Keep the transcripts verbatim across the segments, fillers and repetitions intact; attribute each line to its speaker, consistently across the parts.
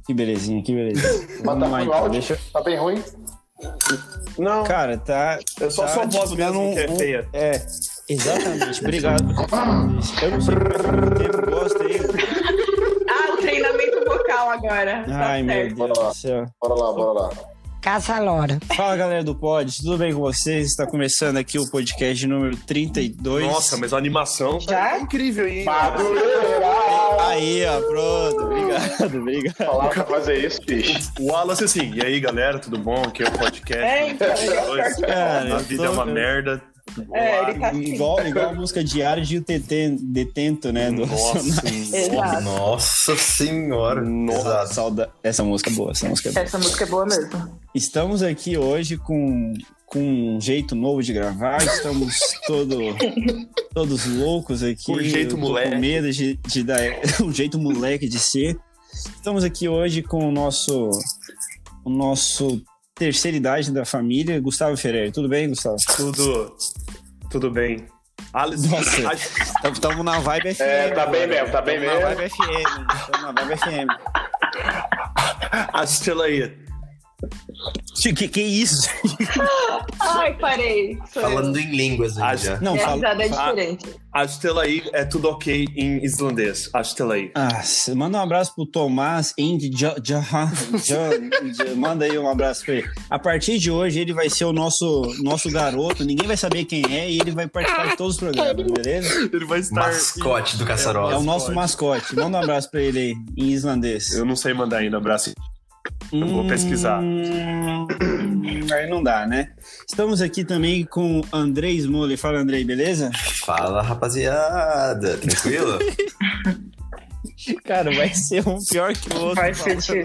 Speaker 1: Que belezinha, que belezinha.
Speaker 2: Mas tá
Speaker 1: lá,
Speaker 2: no
Speaker 1: então,
Speaker 2: áudio?
Speaker 1: deixa...
Speaker 2: Tá bem ruim?
Speaker 3: Não.
Speaker 1: Cara, tá...
Speaker 3: É só
Speaker 1: tá,
Speaker 3: sua voz
Speaker 1: tipo,
Speaker 3: mesmo
Speaker 1: um,
Speaker 3: que é
Speaker 1: um,
Speaker 3: feia.
Speaker 1: É, exatamente. Obrigado. Eu não sei quanto tempo gosta aí.
Speaker 4: Ah, o treinamento vocal agora.
Speaker 1: Ai,
Speaker 4: tá
Speaker 1: meu
Speaker 4: certo.
Speaker 1: Deus do céu.
Speaker 2: Bora lá, bora lá.
Speaker 5: Caça-lora.
Speaker 1: Fala, galera do Pod, tudo bem com vocês? Está começando aqui o podcast número trinta e dois.
Speaker 3: Nossa, mas a animação
Speaker 4: Já?
Speaker 3: tá incrível aí.
Speaker 2: Madureira!
Speaker 1: Aí, ó, pronto. Obrigado, obrigado.
Speaker 2: Falar pra fazer isso, bicho.
Speaker 3: O Wallace assim, e aí galera, tudo bom? Aqui é o podcast.
Speaker 4: É, então,
Speaker 3: trinta e dois.
Speaker 1: Cara,
Speaker 3: A vida
Speaker 1: eu
Speaker 3: é
Speaker 1: tô-
Speaker 3: uma merda.
Speaker 4: É, ele tá assim.
Speaker 1: Igual, igual a música Diário de um Teten- Detento, né? Do
Speaker 3: Nossa,
Speaker 4: Exato.
Speaker 6: Nossa senhora. Exato.
Speaker 1: Sauda... Essa música é boa, essa música é boa.
Speaker 4: Essa música é boa mesmo.
Speaker 1: Estamos aqui hoje com, com um jeito novo de gravar, estamos todo, todos loucos aqui.
Speaker 3: Um jeito
Speaker 1: eu tô
Speaker 3: moleque.
Speaker 1: Com medo de, de dar um jeito moleque de ser. Estamos aqui hoje com o nosso, o nosso terceira idade da família, Gustavo Ferreira. Tudo bem, Gustavo?
Speaker 3: Tudo, tudo bem. Alice,
Speaker 1: Nossa.
Speaker 3: a-
Speaker 1: Estamos na vibe F M.
Speaker 2: É, tá bem
Speaker 1: agora.
Speaker 2: mesmo, tá bem
Speaker 1: Tamo
Speaker 2: mesmo.
Speaker 1: na vibe F M. Estamos na vibe F M.
Speaker 3: Hasta aí.
Speaker 1: Que, que isso?
Speaker 4: Ai, parei. Sou eu.
Speaker 6: Falando em línguas aí
Speaker 3: Acho-
Speaker 6: já.
Speaker 1: Não,
Speaker 4: Minha
Speaker 1: fala.
Speaker 4: risada é
Speaker 1: fala-
Speaker 4: diferente.
Speaker 3: Hasta aí é tudo ok em islandês. Hasta aí.
Speaker 1: Ah, cê- manda um abraço pro Tomás Indy Jo- Johan. Jo- Jo- Manda aí um abraço pra ele. A partir de hoje, ele vai ser o nosso, nosso garoto. Ninguém vai saber quem é e ele vai participar de todos os programas, beleza?
Speaker 3: Ele vai estar...
Speaker 6: Mascote do
Speaker 1: É
Speaker 6: Caçarola.
Speaker 1: o nosso mascote. Manda um abraço pra ele aí, em islandês.
Speaker 3: Eu não sei mandar ainda, abraço. Eu vou pesquisar.
Speaker 1: Hum, aí não dá, né? Estamos aqui também com Andrei Smoller. Fala, Andrei, beleza?
Speaker 6: Fala, rapaziada. Tranquilo?
Speaker 1: Cara, vai ser um pior que o outro.
Speaker 4: Vai ser difícil.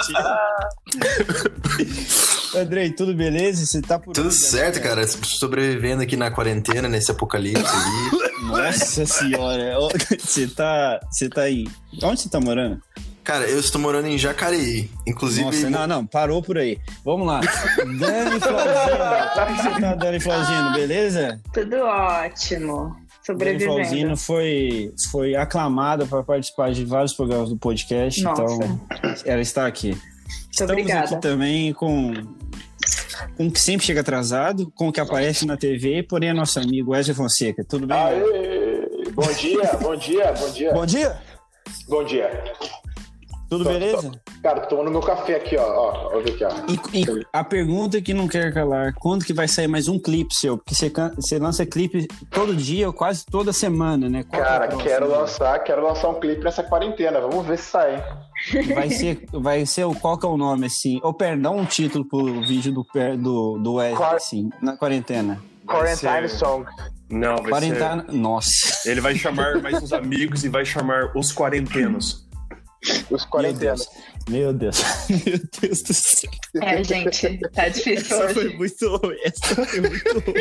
Speaker 1: Andrei, tudo beleza? Você tá por
Speaker 6: Tudo
Speaker 1: onde
Speaker 6: certo,
Speaker 1: agora?
Speaker 6: cara. Sobrevivendo aqui na quarentena, nesse apocalipse aí.
Speaker 1: Nossa senhora. Ó, Você tá, você tá aí. Onde você tá morando?
Speaker 6: Cara, eu estou morando em Jacareí. Inclusive...
Speaker 1: Nossa, não, não, parou por aí. Vamos lá. Dani Flauzino. Como é que você tá, Dani Flauzino? Beleza?
Speaker 4: Tudo ótimo.
Speaker 1: Dani
Speaker 4: Sobrevivendo.
Speaker 1: Flauzino foi, foi aclamada para participar de vários programas do podcast,
Speaker 4: Nossa.
Speaker 1: então ela está aqui. Estamos
Speaker 4: obrigada.
Speaker 1: aqui também com com o que sempre chega atrasado, com o que aparece na T V, porém é nosso amigo Wesley Fonseca. Tudo bem?
Speaker 2: Aê! Bom dia, bom dia, bom dia.
Speaker 1: Bom dia!
Speaker 2: Bom dia.
Speaker 1: Tudo
Speaker 2: Tô-
Speaker 1: beleza?
Speaker 2: Cara, tô tomando meu café aqui, ó. Ó, olha aqui, ó.
Speaker 1: E, e a pergunta que não quer calar, quando que vai sair mais um clipe seu? Porque você, can- você lança clipe todo dia, ou quase toda semana, né? Qual que é
Speaker 2: Cara,
Speaker 1: o próximo?
Speaker 2: quero lançar, quero lançar um clipe nessa quarentena. Vamos ver se sai.
Speaker 1: Vai ser, vai ser o qual que é o nome, assim? Ô, pera, dá um título pro vídeo do, Per- do, do Wesley,
Speaker 2: Quar-
Speaker 1: assim, na quarentena.
Speaker 2: Quarantine
Speaker 3: ser-
Speaker 2: Song.
Speaker 3: Não, vai
Speaker 1: Quarentena, nossa.
Speaker 3: ser... Ele vai chamar mais uns amigos e vai chamar os quarentenos.
Speaker 2: Os
Speaker 1: Meu
Speaker 2: quarentenas.
Speaker 1: Deus. Meu Deus. Meu Deus do céu.
Speaker 4: É, gente, tá difícil
Speaker 1: Essa
Speaker 4: hoje.
Speaker 1: foi muito ruim. Essa foi muito ruim.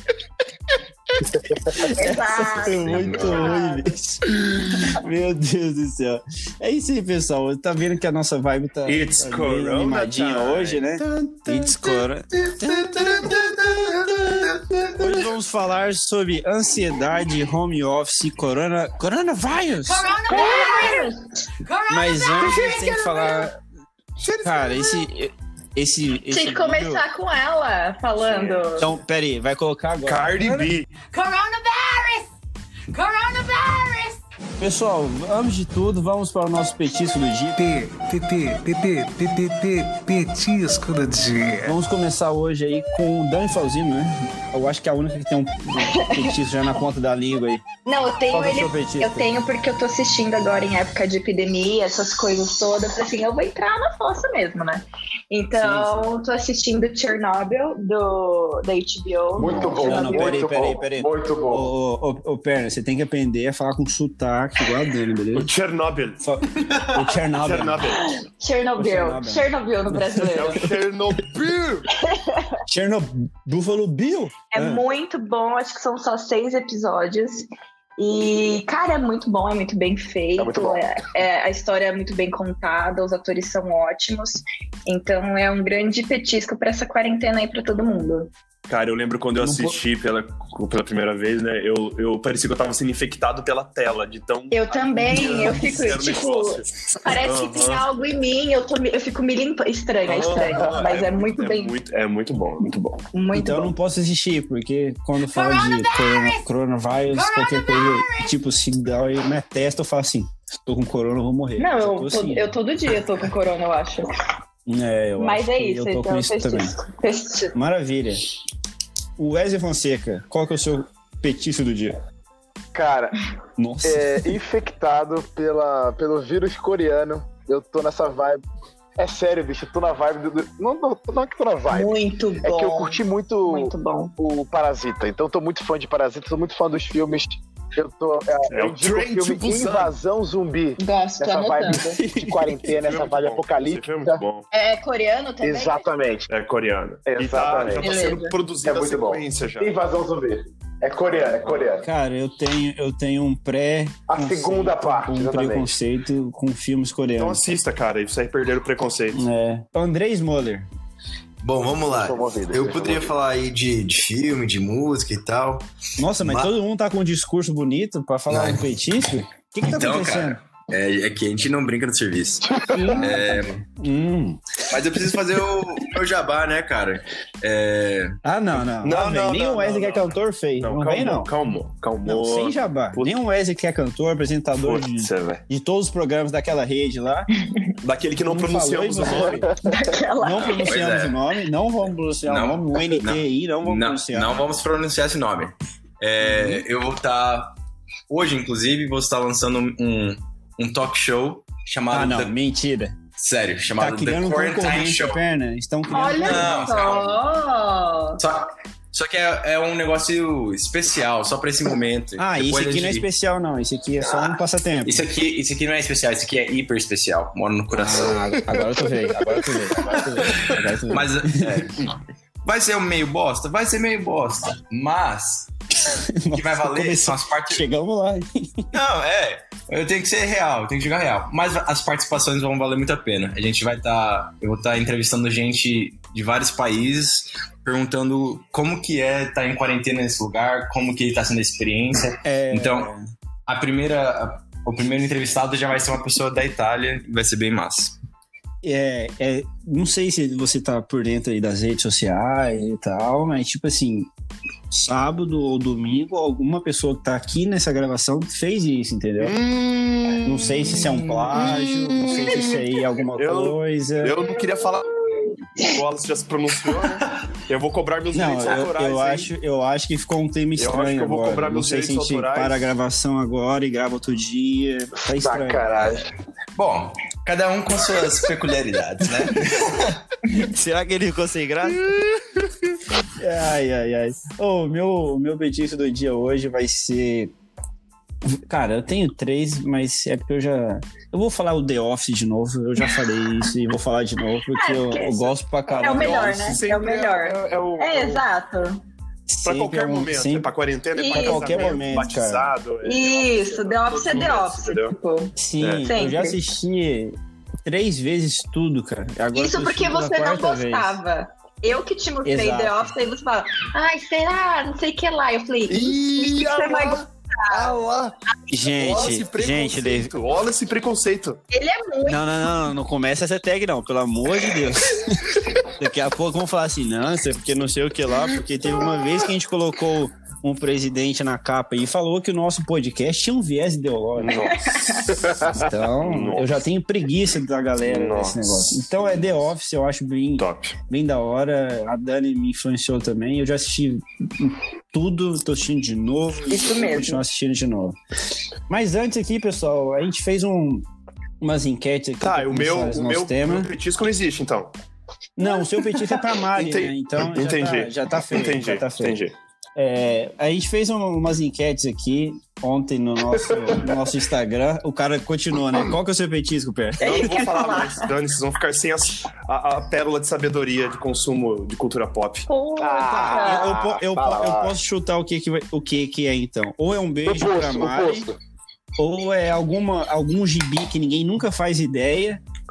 Speaker 1: Essa
Speaker 4: Exato.
Speaker 1: foi muito ruim, bicho. Meu Deus do céu. É isso aí, pessoal. Tá vendo que a nossa vibe tá,
Speaker 3: It's
Speaker 1: tá bem
Speaker 3: Corona
Speaker 1: animadinha
Speaker 3: time.
Speaker 1: hoje, né? It's Corona. Hoje vamos falar sobre ansiedade, home office, corona, coronavírus. Mas antes a gente tem que falar... Cara, esse... esse, esse
Speaker 4: Tinha que
Speaker 1: vídeo-
Speaker 4: começar com ela falando.
Speaker 1: Então, pera aí, vai colocar agora.
Speaker 3: Cardi B.
Speaker 7: Coronavirus! Coronavirus!
Speaker 1: Pessoal, antes de tudo, vamos para o nosso petisco do dia.
Speaker 8: P, P, P, P, P, P, P, P, petisco do dia.
Speaker 1: Vamos começar hoje aí com o Dani Flauzino, né? Eu acho que é a única que tem um um petisco já na ponta da língua aí.
Speaker 4: Não, eu tenho
Speaker 1: Qual que é o
Speaker 4: ele.
Speaker 1: seu petisco?
Speaker 4: Eu tenho porque eu tô assistindo agora em época de epidemia, essas coisas todas. Assim, eu vou entrar na fossa mesmo, né? Então, tô assistindo Chernobyl do, da H B O.
Speaker 2: Muito bom,
Speaker 1: Não, não,
Speaker 2: muito
Speaker 1: peraí,
Speaker 2: bom.
Speaker 1: peraí, peraí.
Speaker 2: Muito bom.
Speaker 1: Ô, ô, ô, Perna, você tem que aprender a falar com sotaque igual a Dani, beleza?
Speaker 3: O Chernobyl.
Speaker 1: Só- O Chernobyl.
Speaker 3: Chernobyl.
Speaker 4: Chernobyl.
Speaker 1: Chernobyl.
Speaker 4: Chernobyl no
Speaker 3: É
Speaker 4: brasileiro.
Speaker 3: o Chernobyl.
Speaker 1: Chernobyl. Buffalo Bill?
Speaker 4: É
Speaker 1: Ah.
Speaker 4: muito bom, acho que são só seis episódios. E, cara, é muito bom, é muito bem feito.
Speaker 2: É muito bom.
Speaker 4: é- é- a história é muito bem contada, os atores são ótimos. Então é um grande petisco pra essa quarentena aí pra todo mundo.
Speaker 3: Cara, eu lembro quando eu
Speaker 1: Não
Speaker 3: assisti pela, pela primeira vez, né? Eu, eu parecia que eu tava sendo infectado pela tela, de tão...
Speaker 4: Eu também, eu fico,
Speaker 3: Era um
Speaker 4: tipo,
Speaker 3: negócio.
Speaker 4: parece que tem algo em mim, eu, tô, me- eu fico me limpando. Estranho, é estranho,
Speaker 3: Ah,
Speaker 4: mas é, muito
Speaker 3: é
Speaker 4: bem,
Speaker 3: Muito, é muito bom, é muito bom.
Speaker 4: muito
Speaker 1: Então eu
Speaker 4: bom.
Speaker 1: não posso assistir, porque quando fala de corona, coronavírus, qualquer coisa, tipo, se dá aí na testa, eu falo assim, se tô com corona, eu vou morrer.
Speaker 4: Não,
Speaker 1: Eu
Speaker 4: eu,
Speaker 1: tô
Speaker 4: to-
Speaker 1: assim.
Speaker 4: eu todo dia tô com corona, eu acho.
Speaker 1: É, eu
Speaker 4: Mas
Speaker 1: acho
Speaker 4: é
Speaker 1: que
Speaker 4: isso,
Speaker 1: eu tô
Speaker 4: então
Speaker 1: com isso também.
Speaker 4: petisco. Petisco.
Speaker 1: Maravilha. O Wesley Fonseca, qual que é o seu petisco do dia?
Speaker 2: Cara,
Speaker 1: Nossa.
Speaker 2: é, infectado pela, pelo vírus coreano. Eu tô nessa vibe. É sério, bicho, eu tô na vibe do. do- Não, não, não é que tô na vibe.
Speaker 4: Muito bom.
Speaker 2: É que eu curti muito,
Speaker 4: Muito bom.
Speaker 2: o Parasita. Então eu tô muito fã de Parasita, tô muito fã dos filmes. Eu tô. É,
Speaker 3: É
Speaker 2: eu
Speaker 3: o
Speaker 2: indico o
Speaker 3: Train to
Speaker 2: filme
Speaker 3: Busan.
Speaker 2: Invasão Zumbi.
Speaker 4: Gosto, tô
Speaker 2: Nessa vibe
Speaker 4: anotando.
Speaker 2: de quarentena,
Speaker 3: Esse filme
Speaker 2: essa
Speaker 3: é
Speaker 2: vibe
Speaker 3: muito bom. Esse filme é muito
Speaker 2: apocalíptica.
Speaker 3: bom.
Speaker 4: É coreano também?
Speaker 2: Exatamente.
Speaker 3: É coreano. E tá,
Speaker 2: Exatamente.
Speaker 3: já tá sendo
Speaker 4: Beleza.
Speaker 3: produzido
Speaker 2: É
Speaker 3: a
Speaker 2: muito bom.
Speaker 3: sequência já.
Speaker 2: Invasão Zumbi. É coreano, é coreano.
Speaker 1: Cara, eu tenho, eu tenho um pré.
Speaker 2: A segunda parte,
Speaker 1: um
Speaker 2: exatamente.
Speaker 1: preconceito com filmes
Speaker 3: Então
Speaker 1: coreanos.
Speaker 3: assista, cara, isso aí perderam o preconceito.
Speaker 1: É. André Smoller.
Speaker 6: Bom, vamos lá.
Speaker 2: Deixa eu mover, deixa
Speaker 6: Eu
Speaker 2: eu
Speaker 6: poderia
Speaker 2: mover.
Speaker 6: falar aí de, de filme, de música e tal.
Speaker 1: Nossa, mas
Speaker 6: Ma-
Speaker 1: todo mundo tá com um discurso bonito pra falar
Speaker 6: Não.
Speaker 1: um petisco? O que que tá
Speaker 6: Então,
Speaker 1: acontecendo?
Speaker 6: cara, é, é que a gente não brinca no serviço. É,
Speaker 1: Hum.
Speaker 6: mas eu preciso fazer o meu jabá, né, cara? É,
Speaker 1: Ah, não, não.
Speaker 3: Não,
Speaker 1: Não, velho,
Speaker 3: não,
Speaker 1: Nem
Speaker 3: não,
Speaker 1: o Wesley
Speaker 3: não,
Speaker 1: que é
Speaker 3: não.
Speaker 1: cantor fez. Não,
Speaker 3: calma,
Speaker 1: vem, não.
Speaker 3: calma, calma.
Speaker 1: Não, sem jabá.
Speaker 3: Puta.
Speaker 1: Nem o Wesley que é cantor, apresentador de,
Speaker 3: Putz, é, velho.
Speaker 1: de todos os programas daquela rede lá.
Speaker 3: Daquele que não
Speaker 1: Não
Speaker 3: pronunciamos o
Speaker 1: falou e
Speaker 3: nome.
Speaker 4: Daquela...
Speaker 1: Não pronunciamos
Speaker 6: Pois é.
Speaker 1: o nome, não vamos pronunciar
Speaker 6: Não,
Speaker 1: o nome, o N T
Speaker 6: não,
Speaker 1: aí, não vamos
Speaker 6: não,
Speaker 1: pronunciar.
Speaker 6: não vamos pronunciar esse nome. É, Eu vou estar. Hoje, inclusive, vou estar lançando um, um talk show chamado.
Speaker 1: Ah, não,
Speaker 6: The-
Speaker 1: mentira.
Speaker 6: Sério,
Speaker 1: Tá
Speaker 6: chamado The
Speaker 1: criando
Speaker 6: Quarantine
Speaker 1: concorrência,
Speaker 6: Show.
Speaker 1: perna. Estão criando
Speaker 4: Olha
Speaker 6: Não,
Speaker 4: só!
Speaker 6: Só, só que é, é um negócio especial, só pra esse momento.
Speaker 1: Ah,
Speaker 6: Depois
Speaker 1: esse
Speaker 6: a
Speaker 1: aqui não é
Speaker 6: gente-
Speaker 1: especial, não. Esse aqui é só um passatempo.
Speaker 6: Isso aqui, isso aqui não é especial, isso aqui é hiper especial. Mora no coração.
Speaker 1: Ah, agora eu tô vendo, agora eu tô vendo, agora eu tô vendo. Agora eu tô vendo.
Speaker 6: Mas é, vai ser um meio bosta? Vai ser meio bosta. Mas o que vai
Speaker 1: Nossa,
Speaker 6: valer
Speaker 1: começou.
Speaker 6: são as partes.
Speaker 1: Chegamos lá.
Speaker 6: Não, é. Eu tenho que ser real, eu tenho que jogar real. Mas as participações vão valer muito a pena. A gente vai estar. eu vou estar entrevistando gente de vários países, perguntando como que é estar em quarentena nesse lugar, como que tá sendo a experiência.
Speaker 1: É,
Speaker 6: Então, a primeira. a- o primeiro entrevistado já vai ser uma pessoa da Itália e vai ser bem massa.
Speaker 1: é, é, não sei se você tá por dentro aí das redes sociais e tal, mas tipo assim, sábado ou domingo, alguma pessoa que tá aqui nessa gravação fez isso, entendeu? Não sei se isso é um plágio, não sei se isso aí é alguma
Speaker 3: Eu-
Speaker 1: coisa.
Speaker 3: Eu não queria falar. O Wallace já se pronunciou, né? Eu vou cobrar meus
Speaker 1: Não,
Speaker 3: direitos
Speaker 1: eu,
Speaker 3: autorais.
Speaker 1: eu
Speaker 3: hein?
Speaker 1: acho, eu acho que ficou um tema
Speaker 3: acho
Speaker 1: estranho
Speaker 3: que eu vou
Speaker 1: agora.
Speaker 3: cobrar
Speaker 1: Não
Speaker 3: meus
Speaker 1: sei se a
Speaker 3: direitos
Speaker 1: gente
Speaker 3: autorais.
Speaker 1: para a gravação agora e grava outro dia. Tá estranho.
Speaker 2: Sacanagem.
Speaker 6: Bom, cada um com suas peculiaridades, né?
Speaker 1: Será que ele ficou sem graça? ai, ai, ai. O meu, meu petisco do dia hoje vai ser... Cara, eu tenho três, mas é porque eu já... Eu vou falar o The Office de novo, eu já falei isso e vou falar de novo, porque
Speaker 4: É,
Speaker 1: eu,
Speaker 4: porque
Speaker 1: eu gosto pra caralho.
Speaker 4: É o melhor,
Speaker 3: Nossa,
Speaker 4: né?
Speaker 3: sempre
Speaker 4: É o melhor.
Speaker 3: É, é o,
Speaker 4: É,
Speaker 3: é o-
Speaker 4: exato.
Speaker 3: Pra
Speaker 1: Sempre
Speaker 3: qualquer
Speaker 1: é um-
Speaker 3: momento. É
Speaker 1: sempre-
Speaker 3: pra quarentena, é pra
Speaker 4: Pra
Speaker 1: qualquer
Speaker 3: casamento,
Speaker 1: momento,
Speaker 3: batizado. é-
Speaker 4: Isso, The Office é The Office.
Speaker 3: Entendeu?
Speaker 4: Tipo.
Speaker 1: Sim,
Speaker 3: É.
Speaker 1: eu
Speaker 4: Sempre.
Speaker 1: já assisti três vezes tudo, cara. Agora
Speaker 4: Isso
Speaker 1: eu tô
Speaker 4: porque
Speaker 1: assistindo
Speaker 4: você
Speaker 1: pela
Speaker 4: não
Speaker 1: quarta vez.
Speaker 4: gostava. Eu que te mostrei
Speaker 1: Exato.
Speaker 4: The Office, aí você fala, ai, será? Não sei o que lá. Eu falei,
Speaker 3: Ih,
Speaker 4: isso você vai
Speaker 3: ah
Speaker 4: gostar.
Speaker 3: lá, ah lá. Olha esse
Speaker 1: Gente, gente, Levi-
Speaker 3: preconceito. Olha esse preconceito.
Speaker 4: Ele é muito.
Speaker 1: Não, não, não, não começa essa tag não, pelo amor de Deus. Daqui a pouco vão falar assim, não, isso é porque não sei o que lá, porque teve uma vez que a gente colocou um presidente na capa e falou que o nosso podcast tinha um viés ideológico. Então,
Speaker 3: Nossa.
Speaker 1: eu já tenho preguiça da galera
Speaker 3: Nossa.
Speaker 1: desse negócio. Então é The Office, eu acho bem,
Speaker 3: Top.
Speaker 1: bem da hora. A Dani me influenciou também. Eu já assisti tudo, tô assistindo de novo.
Speaker 4: Isso
Speaker 1: vou
Speaker 4: mesmo.
Speaker 1: continuar assistindo de novo. Mas antes aqui, pessoal, a gente fez um, umas enquetes aqui.
Speaker 3: Tá,
Speaker 1: pra
Speaker 3: o
Speaker 1: começar
Speaker 3: meu,
Speaker 1: esse
Speaker 3: o
Speaker 1: nosso
Speaker 3: meu,
Speaker 1: tema.
Speaker 3: meu petisco não existe, então.
Speaker 1: Não, o seu petisco é pra Mari,
Speaker 3: Entendi.
Speaker 1: né? Então já
Speaker 3: Entendi.
Speaker 1: tá, já tá feito.
Speaker 3: Entendi,
Speaker 1: já tá feito.
Speaker 3: entendi.
Speaker 1: É, a gente fez um- umas enquetes aqui ontem no nosso, no nosso Instagram. O cara continuou, né? Qual que é o seu petisco, Pé?
Speaker 3: Eu
Speaker 4: Ele
Speaker 3: não vou
Speaker 4: quer
Speaker 3: falar
Speaker 4: falar.
Speaker 3: mais, Dani, vocês vão ficar sem as- a, a pérola de sabedoria de consumo de cultura pop.
Speaker 4: Puta.
Speaker 2: Ah,
Speaker 1: eu, po- eu, po-
Speaker 2: fala
Speaker 1: eu
Speaker 2: lá.
Speaker 1: posso chutar o que que, vai- o que que é, então. Ou é um
Speaker 2: O
Speaker 1: beijo pra
Speaker 2: posto, o
Speaker 1: Mari,
Speaker 2: posto.
Speaker 1: ou é alguma, algum gibi que ninguém nunca faz ideia,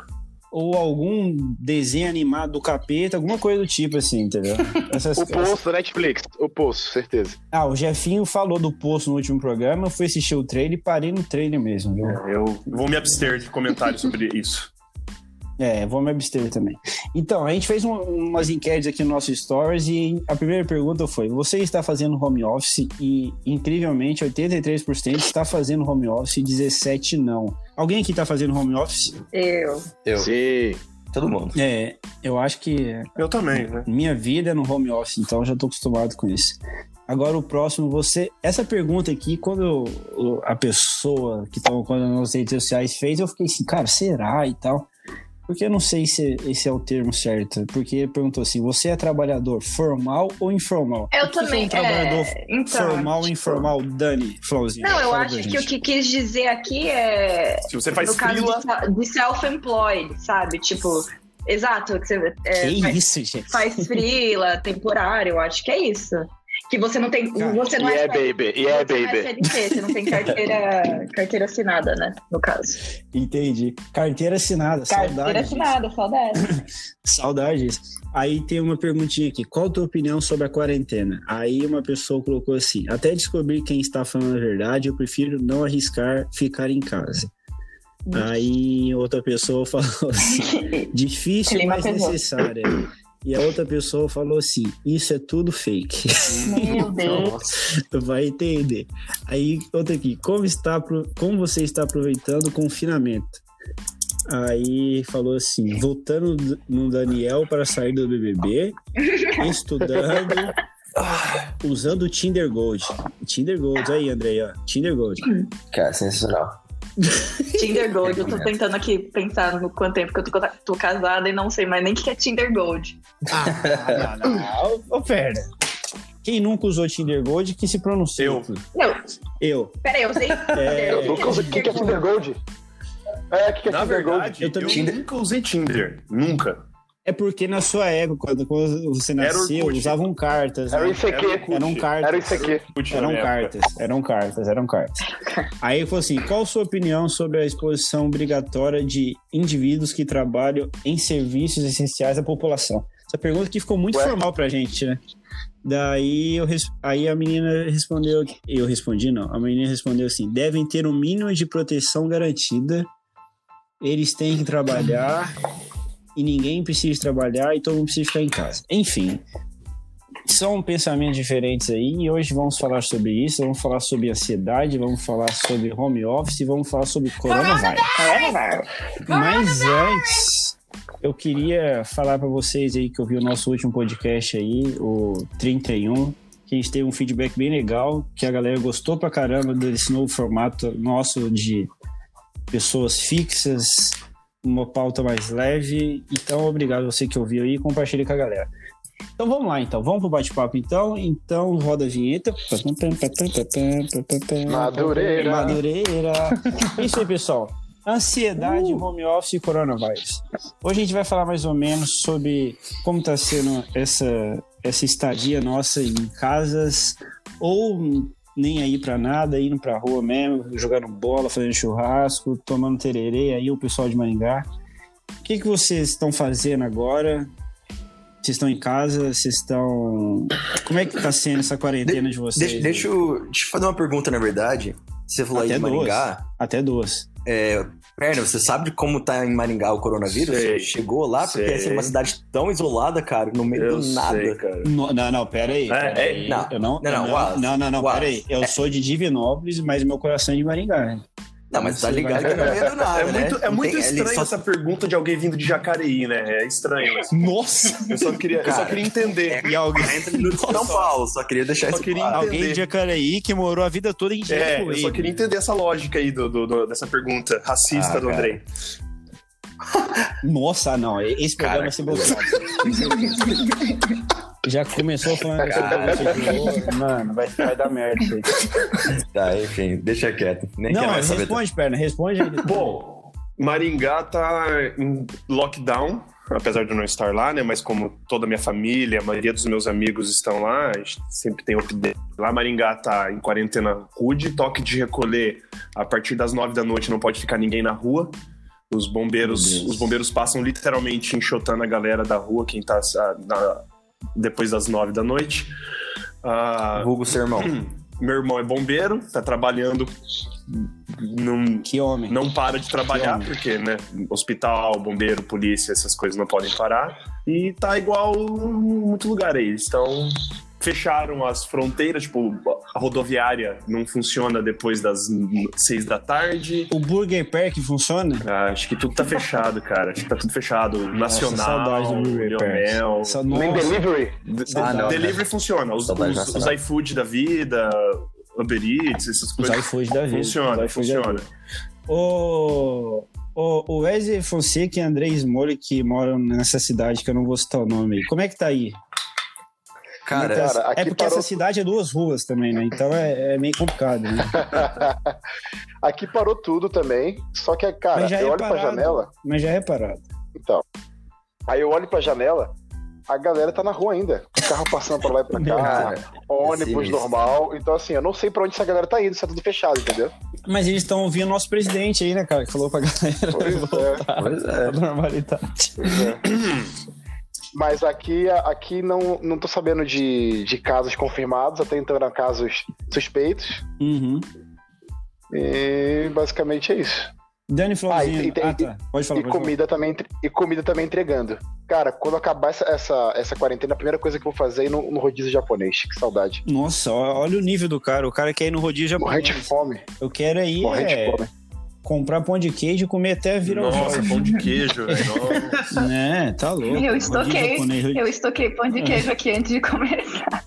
Speaker 1: ou algum desenho animado do capeta, alguma coisa do tipo assim, entendeu? Essas,
Speaker 2: O Poço da Netflix, o Poço, certeza.
Speaker 1: Ah, o Jefinho falou do Poço no último programa, eu fui assistir o trailer e parei no trailer mesmo, viu?
Speaker 3: Eu vou me abster de comentários sobre isso.
Speaker 1: É, vou me abster também. Então, a gente fez um, umas enquetes aqui no nosso Stories e a primeira pergunta foi: você está fazendo home office? E, incrivelmente, oitenta e três por cento está fazendo home office e dezessete por cento não. Alguém aqui está fazendo home office?
Speaker 4: Eu.
Speaker 6: Eu.
Speaker 2: Sim.
Speaker 6: Todo mundo.
Speaker 1: É, eu acho que
Speaker 3: Eu também, né?
Speaker 1: minha vida é no home office, então eu já estou acostumado com isso. Agora o próximo, você... Essa pergunta aqui, quando eu- a pessoa que estava nas redes sociais fez, eu fiquei assim, cara, será e tal? Porque eu não sei se esse é o termo certo. Porque ele perguntou assim, você é trabalhador formal ou informal?
Speaker 4: Eu
Speaker 1: O que que
Speaker 4: também,
Speaker 1: é um trabalhador
Speaker 4: é, então,
Speaker 1: formal ou
Speaker 4: tipo-
Speaker 1: informal, Dani, Flauzinho?
Speaker 4: Não, eu
Speaker 1: Fala
Speaker 4: acho
Speaker 1: pra
Speaker 4: que
Speaker 1: gente.
Speaker 4: o que quis dizer aqui é.
Speaker 3: Se você faz
Speaker 4: no caso
Speaker 3: frila,
Speaker 4: de, de self-employed, sabe? Tipo, exato, que você é,
Speaker 1: Que
Speaker 4: faz,
Speaker 1: isso, gente?
Speaker 4: faz frila, temporário, eu acho que é isso. Que você não tem.
Speaker 1: Cara,
Speaker 4: você não é,
Speaker 2: yeah, baby, yeah,
Speaker 4: você não é
Speaker 2: baby.
Speaker 4: C L T, você não tem carteira, carteira assinada, né? No caso.
Speaker 1: Entendi. Carteira assinada,
Speaker 4: Carteira
Speaker 1: saudade disso.
Speaker 4: assinada, saudade.
Speaker 1: Saudades. Aí tem uma perguntinha aqui. Qual a tua opinião sobre a quarentena? Aí uma pessoa colocou assim: até descobrir quem está falando a verdade, eu prefiro não arriscar ficar em casa. Aí outra pessoa falou assim: difícil,
Speaker 4: Clima
Speaker 1: mas
Speaker 4: pesou.
Speaker 1: necessária. E a outra pessoa falou assim: isso é tudo fake.
Speaker 4: Meu Deus.
Speaker 1: Vai entender. Aí outra aqui: como, está, apro- como você está aproveitando o confinamento? Aí falou assim: voltando no Daniel para sair do B B B, estudando, usando o Tinder Gold. Tinder Gold, aí, Andrei, ó. Tinder Gold.
Speaker 6: Cara, sensacional.
Speaker 4: Tinder Gold, eu tô tentando aqui pensar no quanto tempo que eu tô, tô casada e não sei mais nem o que é Tinder Gold.
Speaker 1: Ah, não, não. Ô, ô, pera. Quem nunca usou Tinder Gold, que se pronuncia.
Speaker 3: Eu.
Speaker 1: aqui.
Speaker 4: Não,
Speaker 1: Eu.
Speaker 4: peraí, eu usei.
Speaker 1: É,
Speaker 2: Eu nunca usei. O que que é Tinder Gold? É, o que que é
Speaker 3: na
Speaker 2: Tinder Gold?
Speaker 3: verdade,
Speaker 1: Eu
Speaker 3: eu,
Speaker 1: também-
Speaker 3: nunca usei Tinder. Nunca.
Speaker 1: É porque na sua época, quando, quando você
Speaker 3: Era
Speaker 1: nasceu,
Speaker 3: Orkut.
Speaker 1: usavam cartas.
Speaker 2: Era
Speaker 1: né?
Speaker 2: o I C Q.
Speaker 1: Eram cartas.
Speaker 2: Era o I C Q.
Speaker 3: Putz, na
Speaker 1: Eram
Speaker 3: minha época.
Speaker 1: cartas, eram cartas, eram cartas. Aí ele falou assim: qual a sua opinião sobre a exposição obrigatória de indivíduos que trabalham em serviços essenciais à população? Essa pergunta aqui ficou muito
Speaker 2: Ué?
Speaker 1: formal pra gente, né? Daí eu, res- aí a menina respondeu, eu respondi não, a menina respondeu assim: devem ter um mínimo de proteção garantida, eles têm que trabalhar e ninguém precisa trabalhar e todo mundo precisa ficar em casa. Enfim, são pensamentos diferentes aí e hoje vamos falar sobre isso, vamos falar sobre ansiedade, vamos falar sobre home office e vamos falar sobre coronavírus. Mas antes, eu queria falar para vocês aí que eu vi o nosso último podcast aí, o trinta e um, que a gente teve um feedback bem legal, que a galera gostou pra caramba desse novo formato nosso de pessoas fixas, uma pauta mais leve. Então, obrigado a você que ouviu aí e compartilhe com a galera. Então vamos lá, então. Vamos pro bate-papo, então. Então, roda a vinheta.
Speaker 2: Madureira.
Speaker 1: Madureira. Isso aí, pessoal. Ansiedade, home office e coronavírus. Hoje a gente vai falar mais ou menos sobre como está sendo essa, essa estadia nossa em casas, ou nem aí pra nada, indo pra rua mesmo, jogando bola, fazendo churrasco, tomando tererê, aí o pessoal de Maringá. O que, que vocês estão fazendo agora? Vocês estão em casa? Vocês estão... Como é que tá sendo essa quarentena de vocês?
Speaker 6: Deixa, deixa, eu, deixa eu fazer uma pergunta, na verdade. Você falou aí
Speaker 1: Até
Speaker 6: de
Speaker 1: duas.
Speaker 6: Maringá.
Speaker 1: Até duas.
Speaker 6: É, Perna, você sabe como tá em Maringá o coronavírus?
Speaker 3: Sei.
Speaker 6: Você chegou lá? Porque
Speaker 3: Sei.
Speaker 6: assim, é uma cidade tão isolada, cara, no meio
Speaker 3: Eu
Speaker 6: do nada.
Speaker 3: sei, cara.
Speaker 1: No- não, não, pera aí.
Speaker 3: É,
Speaker 1: pera
Speaker 3: é,
Speaker 1: aí.
Speaker 6: não.
Speaker 1: Eu não,
Speaker 6: Não, não,
Speaker 1: eu
Speaker 6: Wallace,
Speaker 1: não, não, não,
Speaker 6: Wallace.
Speaker 1: pera aí. Eu sou de Divinópolis, mas meu coração é de Maringá. né?
Speaker 6: Não, mas tá
Speaker 1: Você
Speaker 6: ligado
Speaker 1: vai-
Speaker 6: que é no meio do nada,
Speaker 3: É
Speaker 6: né?
Speaker 3: muito, é
Speaker 6: Não
Speaker 3: muito
Speaker 6: tem- ele
Speaker 3: estranho
Speaker 6: só-
Speaker 3: essa pergunta de alguém vindo de Jacareí, né? É estranho. Mas
Speaker 1: Nossa!
Speaker 3: eu, só queria, eu só
Speaker 6: Cara,
Speaker 3: queria entender.
Speaker 1: E alguém,
Speaker 6: quarenta minutos de São Paulo, só queria deixar
Speaker 3: Só
Speaker 6: isso
Speaker 3: queria
Speaker 6: claro.
Speaker 3: entender.
Speaker 1: alguém de Jacaraí que morou a vida toda em
Speaker 3: É, eu
Speaker 1: Jequié.
Speaker 3: só queria entender essa lógica aí do, do- do- dessa pergunta racista
Speaker 6: Ah,
Speaker 3: do
Speaker 6: cara.
Speaker 3: Andrei.
Speaker 1: Nossa, não. Esse programa vai ser bloqueado. Já começou falando que essa pergunta de mano, vai, vai dar merda isso aí.
Speaker 6: Tá, enfim, deixa quieto. Nem
Speaker 1: Não,
Speaker 6: quero mais saber.
Speaker 1: responde, perna, responde aí.
Speaker 3: Bom, Maringá tá em lockdown, apesar de eu não estar lá, né? Mas como toda a minha família, a maioria dos meus amigos estão lá, a gente sempre tem update. Lá Maringá tá em quarentena rude, toque de recolher a partir das nove da noite, não pode ficar ninguém na rua. Os bombeiros, os bombeiros passam literalmente enxotando a galera da rua, quem tá na, depois das nove da noite. Ah,
Speaker 6: Vulgo seu irmão.
Speaker 3: Meu irmão é bombeiro, tá trabalhando. Não,
Speaker 1: que homem.
Speaker 3: Não para de trabalhar, porque, né? Hospital, bombeiro, polícia, essas coisas não podem parar. E tá igual em muito lugar aí. Eles estão. Fecharam as fronteiras, tipo, a rodoviária não funciona depois das seis da tarde.
Speaker 1: O Burger Park funciona?
Speaker 3: Ah, acho que tudo tá fechado, cara. Acho que tá tudo fechado. Nacional,
Speaker 1: saudade do Burger
Speaker 3: Leonel.
Speaker 1: Park.
Speaker 2: Nem delivery?
Speaker 3: De-
Speaker 6: Ah, não,
Speaker 3: delivery
Speaker 6: né?
Speaker 3: funciona. Os,
Speaker 6: Saudade
Speaker 3: os, os
Speaker 6: nacional.
Speaker 3: iFood da vida, Uber Eats, essas
Speaker 1: Os
Speaker 3: coisas.
Speaker 1: iFood da vida.
Speaker 3: Funciona,
Speaker 1: Os iFood da
Speaker 3: funciona.
Speaker 1: vida. O, o, o Wesley Fonseca e André Smolli, que moram nessa cidade, que eu não vou citar o nome aí. Como é que tá aí?
Speaker 6: Cara,
Speaker 2: Cara,
Speaker 1: é
Speaker 2: aqui
Speaker 1: porque
Speaker 2: parou-
Speaker 1: essa cidade é duas ruas também, né? Então é, é meio complicado, né?
Speaker 2: Aqui parou tudo também. Só que, cara,
Speaker 1: Mas já
Speaker 2: eu
Speaker 1: é
Speaker 2: olho pra
Speaker 1: parado.
Speaker 2: janela.
Speaker 1: Mas já é parado.
Speaker 2: Então. Aí eu olho pra janela, a galera tá na rua ainda. Carro passando pra lá e pra cá,
Speaker 6: Cara,
Speaker 2: ônibus
Speaker 6: sim,
Speaker 2: normal. Então, assim, eu não sei pra onde essa galera tá indo, isso é tudo fechado, entendeu?
Speaker 1: Mas eles estão ouvindo o nosso presidente aí, né, cara? Que falou pra galera
Speaker 2: Pois é.
Speaker 1: voltar
Speaker 6: Pois é.
Speaker 1: à normalidade.
Speaker 2: Pois é. Mas aqui, aqui não, não tô sabendo de, de casos confirmados, até então eram casos suspeitos.
Speaker 1: Uhum.
Speaker 2: E basicamente é isso.
Speaker 1: Dani
Speaker 2: Ah,
Speaker 1: Flauzinho.
Speaker 2: e, e tem-
Speaker 1: Ah, tá. Pode falar,
Speaker 2: e,
Speaker 1: pode
Speaker 2: comida também, entre- e comida também entregando. Cara, quando acabar essa, essa, essa quarentena, a primeira coisa que eu vou fazer é ir no, no rodízio japonês. Que saudade.
Speaker 1: falar. Nossa, ó- olha o nível do cara. O cara quer ir no rodízio
Speaker 2: Morrendo
Speaker 1: japonês.
Speaker 2: de fome.
Speaker 1: Eu quero aí
Speaker 2: Morrendo
Speaker 1: é,
Speaker 2: de fome.
Speaker 1: comprar pão de queijo e comer até virar o
Speaker 3: Nossa,
Speaker 1: Jorge.
Speaker 3: pão de queijo, velho. Nossa.
Speaker 1: Né, tá louco.
Speaker 4: Eu
Speaker 1: Rodízio
Speaker 4: estoquei,
Speaker 1: japonês, rodízio-
Speaker 4: eu estoquei pão de queijo aqui antes de começar.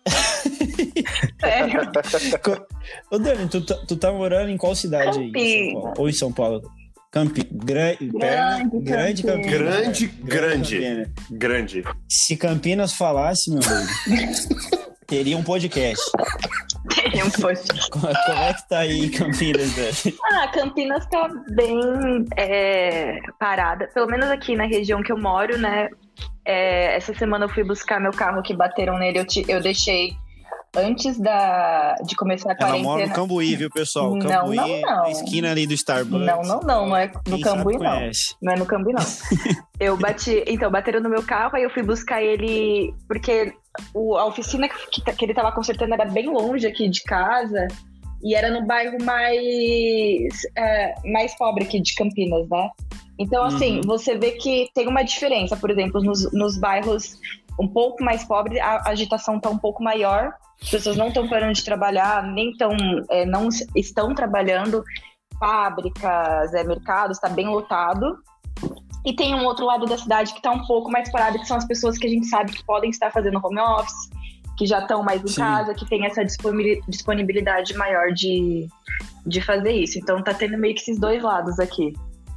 Speaker 4: Sério.
Speaker 1: Co- Ô, Dani, tu, tá- tu tá morando em qual cidade aí? Em São
Speaker 4: Campinas.
Speaker 1: Paulo? Ou em São Paulo? Campi... Gra...
Speaker 4: Grande
Speaker 1: Grande
Speaker 4: Campinas.
Speaker 1: Campinas.
Speaker 3: Grande, grande,
Speaker 1: Campinas.
Speaker 3: grande.
Speaker 1: Se Campinas falasse, meu amigo, teria um podcast.
Speaker 4: Tem um post.
Speaker 1: Como como é que tá aí em Campinas, Dani?
Speaker 4: Ah, Campinas tá bem é, parada. Pelo menos aqui na região que eu moro, né? É, essa semana eu fui buscar meu carro que bateram nele. Eu, te- eu deixei antes da, de começar a
Speaker 1: Ela
Speaker 4: quarentena.
Speaker 1: mora no Cambuí, viu, pessoal?
Speaker 4: Não,
Speaker 1: Cambuí,
Speaker 4: não, não.
Speaker 1: na esquina ali do Starbucks.
Speaker 4: Não, não, não. Não é no
Speaker 1: Quem
Speaker 4: Cambuí,
Speaker 1: sabe
Speaker 4: não.
Speaker 1: conhece.
Speaker 4: Não é no Cambuí, não. Eu bati... Então, bateram no meu carro, aí eu fui buscar ele... Porque o, a oficina que, que ele tava consertando era bem longe aqui de casa. E era no bairro mais, é, mais pobre aqui de Campinas, né? Então, assim,
Speaker 1: Uhum.
Speaker 4: você vê que tem uma diferença. Por exemplo, nos, nos bairros um pouco mais pobres, a agitação tá um pouco maior. As pessoas não estão parando de trabalhar, nem tão, é, não estão trabalhando. Fábricas, é, mercados, está bem lotado. E tem um outro lado da cidade que está um pouco mais parado, que são as pessoas que a gente sabe que podem estar fazendo home office, que já estão mais em
Speaker 1: Sim.
Speaker 4: casa, que tem essa disponibil- disponibilidade maior de, de fazer isso. Então tá tendo meio que esses dois lados aqui.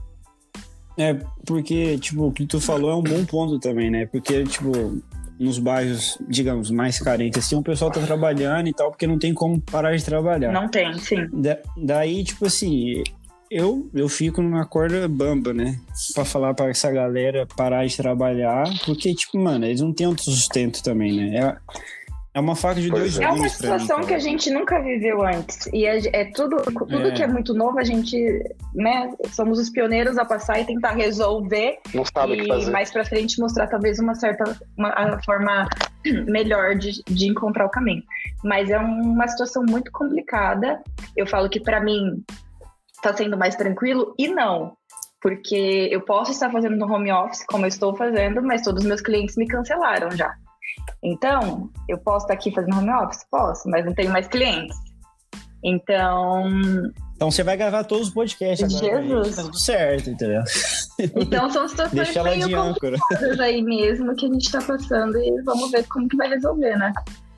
Speaker 1: É, porque, tipo, o que tu falou é um bom ponto também, né? Porque, tipo, nos bairros, digamos, mais carentes, assim, o pessoal tá trabalhando e tal, porque não tem como parar de trabalhar.
Speaker 4: Não tem, sim.
Speaker 1: Da- daí, tipo assim, eu, eu fico numa corda bamba, né? Pra falar pra essa galera parar de trabalhar, porque, tipo, mano, eles não têm outro sustento também, né? É, é uma faca de
Speaker 2: Pois
Speaker 1: dois
Speaker 2: é.
Speaker 4: É uma
Speaker 1: gumes pra mim,
Speaker 4: situação
Speaker 1: cara.
Speaker 4: que a gente nunca viveu antes. E é, é tudo, tudo
Speaker 1: É.
Speaker 4: que é muito novo, a gente, né, somos os pioneiros a passar e tentar resolver.
Speaker 2: Não sabe o que
Speaker 4: E
Speaker 2: fazer.
Speaker 4: mais pra frente mostrar talvez uma certa uma, a forma melhor de, de encontrar o caminho. Mas é uma situação muito complicada. Eu falo que pra mim tá sendo mais tranquilo e não. Porque eu posso estar fazendo no home office, como eu estou fazendo, mas todos os meus clientes me cancelaram já. Então, eu posso estar aqui fazendo home office? Posso, mas não tenho mais clientes. Então,
Speaker 1: Então você vai gravar todos os podcasts agora. pra
Speaker 4: Jesus.
Speaker 1: gente, Tá tudo certo, entendeu?
Speaker 4: então são situações
Speaker 1: Deixa ela
Speaker 4: meio
Speaker 1: de âncora.
Speaker 4: complicadas aí mesmo que a gente tá passando e vamos ver como que vai resolver, né?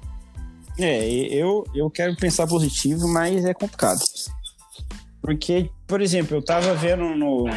Speaker 1: É, eu, eu quero pensar positivo, mas é complicado. Porque, por exemplo, eu tava vendo no,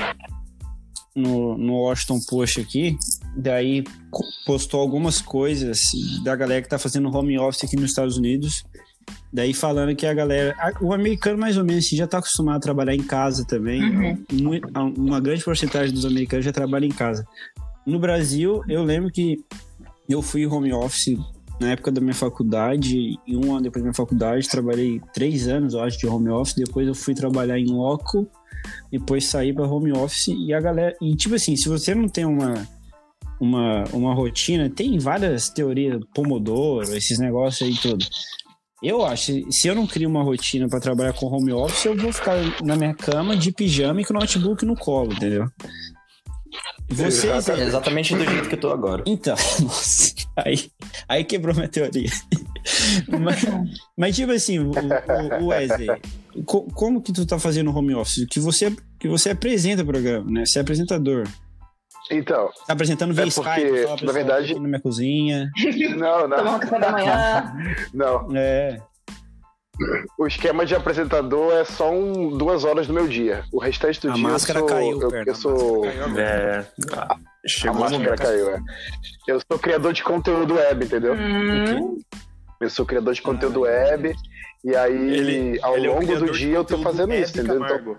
Speaker 1: no, no Washington Post aqui, daí co- postou algumas coisas da galera que tá fazendo home office aqui nos Estados Unidos, daí falando que a galera... a- O americano, mais ou menos, assim, já tá acostumado a trabalhar em casa também.
Speaker 4: Uhum.
Speaker 1: Mui- a- Uma grande porcentagem dos americanos já trabalha em casa. No Brasil, eu lembro que eu fui home office na época da minha faculdade, e um ano depois da minha faculdade, trabalhei três anos, eu acho, de home office. Depois eu fui trabalhar em loco, depois sair para home office e a galera... E tipo assim, se você não tem uma, uma, uma rotina, tem várias teorias, Pomodoro, esses negócios aí tudo. Eu acho, se eu não crio uma rotina para trabalhar com home office, eu vou ficar na minha cama de pijama e com o notebook no colo, entendeu? Vocês...
Speaker 6: É exatamente do jeito que eu tô agora.
Speaker 1: Então, nossa, aí, aí quebrou minha teoria. mas, mas tipo assim, o, o, o Wesley, co, como que tu tá fazendo home office? Que você, que você apresenta o programa, né? Você é apresentador.
Speaker 2: Então.
Speaker 1: Tá apresentando via
Speaker 2: é
Speaker 1: Skype,
Speaker 2: porque,
Speaker 1: fala,
Speaker 2: na verdade,
Speaker 1: aqui na minha cozinha.
Speaker 2: Não, não.
Speaker 4: Tomar um café da manhã.
Speaker 2: Não.
Speaker 1: É.
Speaker 2: O esquema de apresentador é só um, duas horas do meu dia. O restante do
Speaker 1: a
Speaker 2: dia
Speaker 1: máscara
Speaker 2: eu sou...
Speaker 1: caiu,
Speaker 2: eu,
Speaker 1: perna,
Speaker 2: eu sou...
Speaker 1: caiu
Speaker 3: É,
Speaker 2: a máscara caiu, é. Eu sou criador de conteúdo web, entendeu?
Speaker 4: Hum.
Speaker 2: Eu sou criador de conteúdo web. E aí,
Speaker 3: Ele,
Speaker 2: ao
Speaker 3: ele é o
Speaker 2: longo do
Speaker 3: criador
Speaker 2: dia, eu tô
Speaker 3: de
Speaker 2: fazendo
Speaker 3: conteúdo
Speaker 2: isso, entendeu?
Speaker 3: Camargo.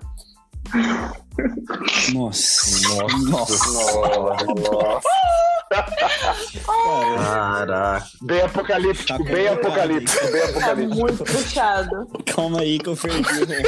Speaker 1: Nossa.
Speaker 6: Nossa.
Speaker 2: Nossa.
Speaker 6: Caraca.
Speaker 2: Bem apocalíptico,
Speaker 1: Tá
Speaker 2: bem
Speaker 1: complicado,
Speaker 2: apocalíptico, bem
Speaker 4: Tá
Speaker 2: apocalíptico.
Speaker 4: muito puxado.
Speaker 1: Calma aí que eu perdi, né?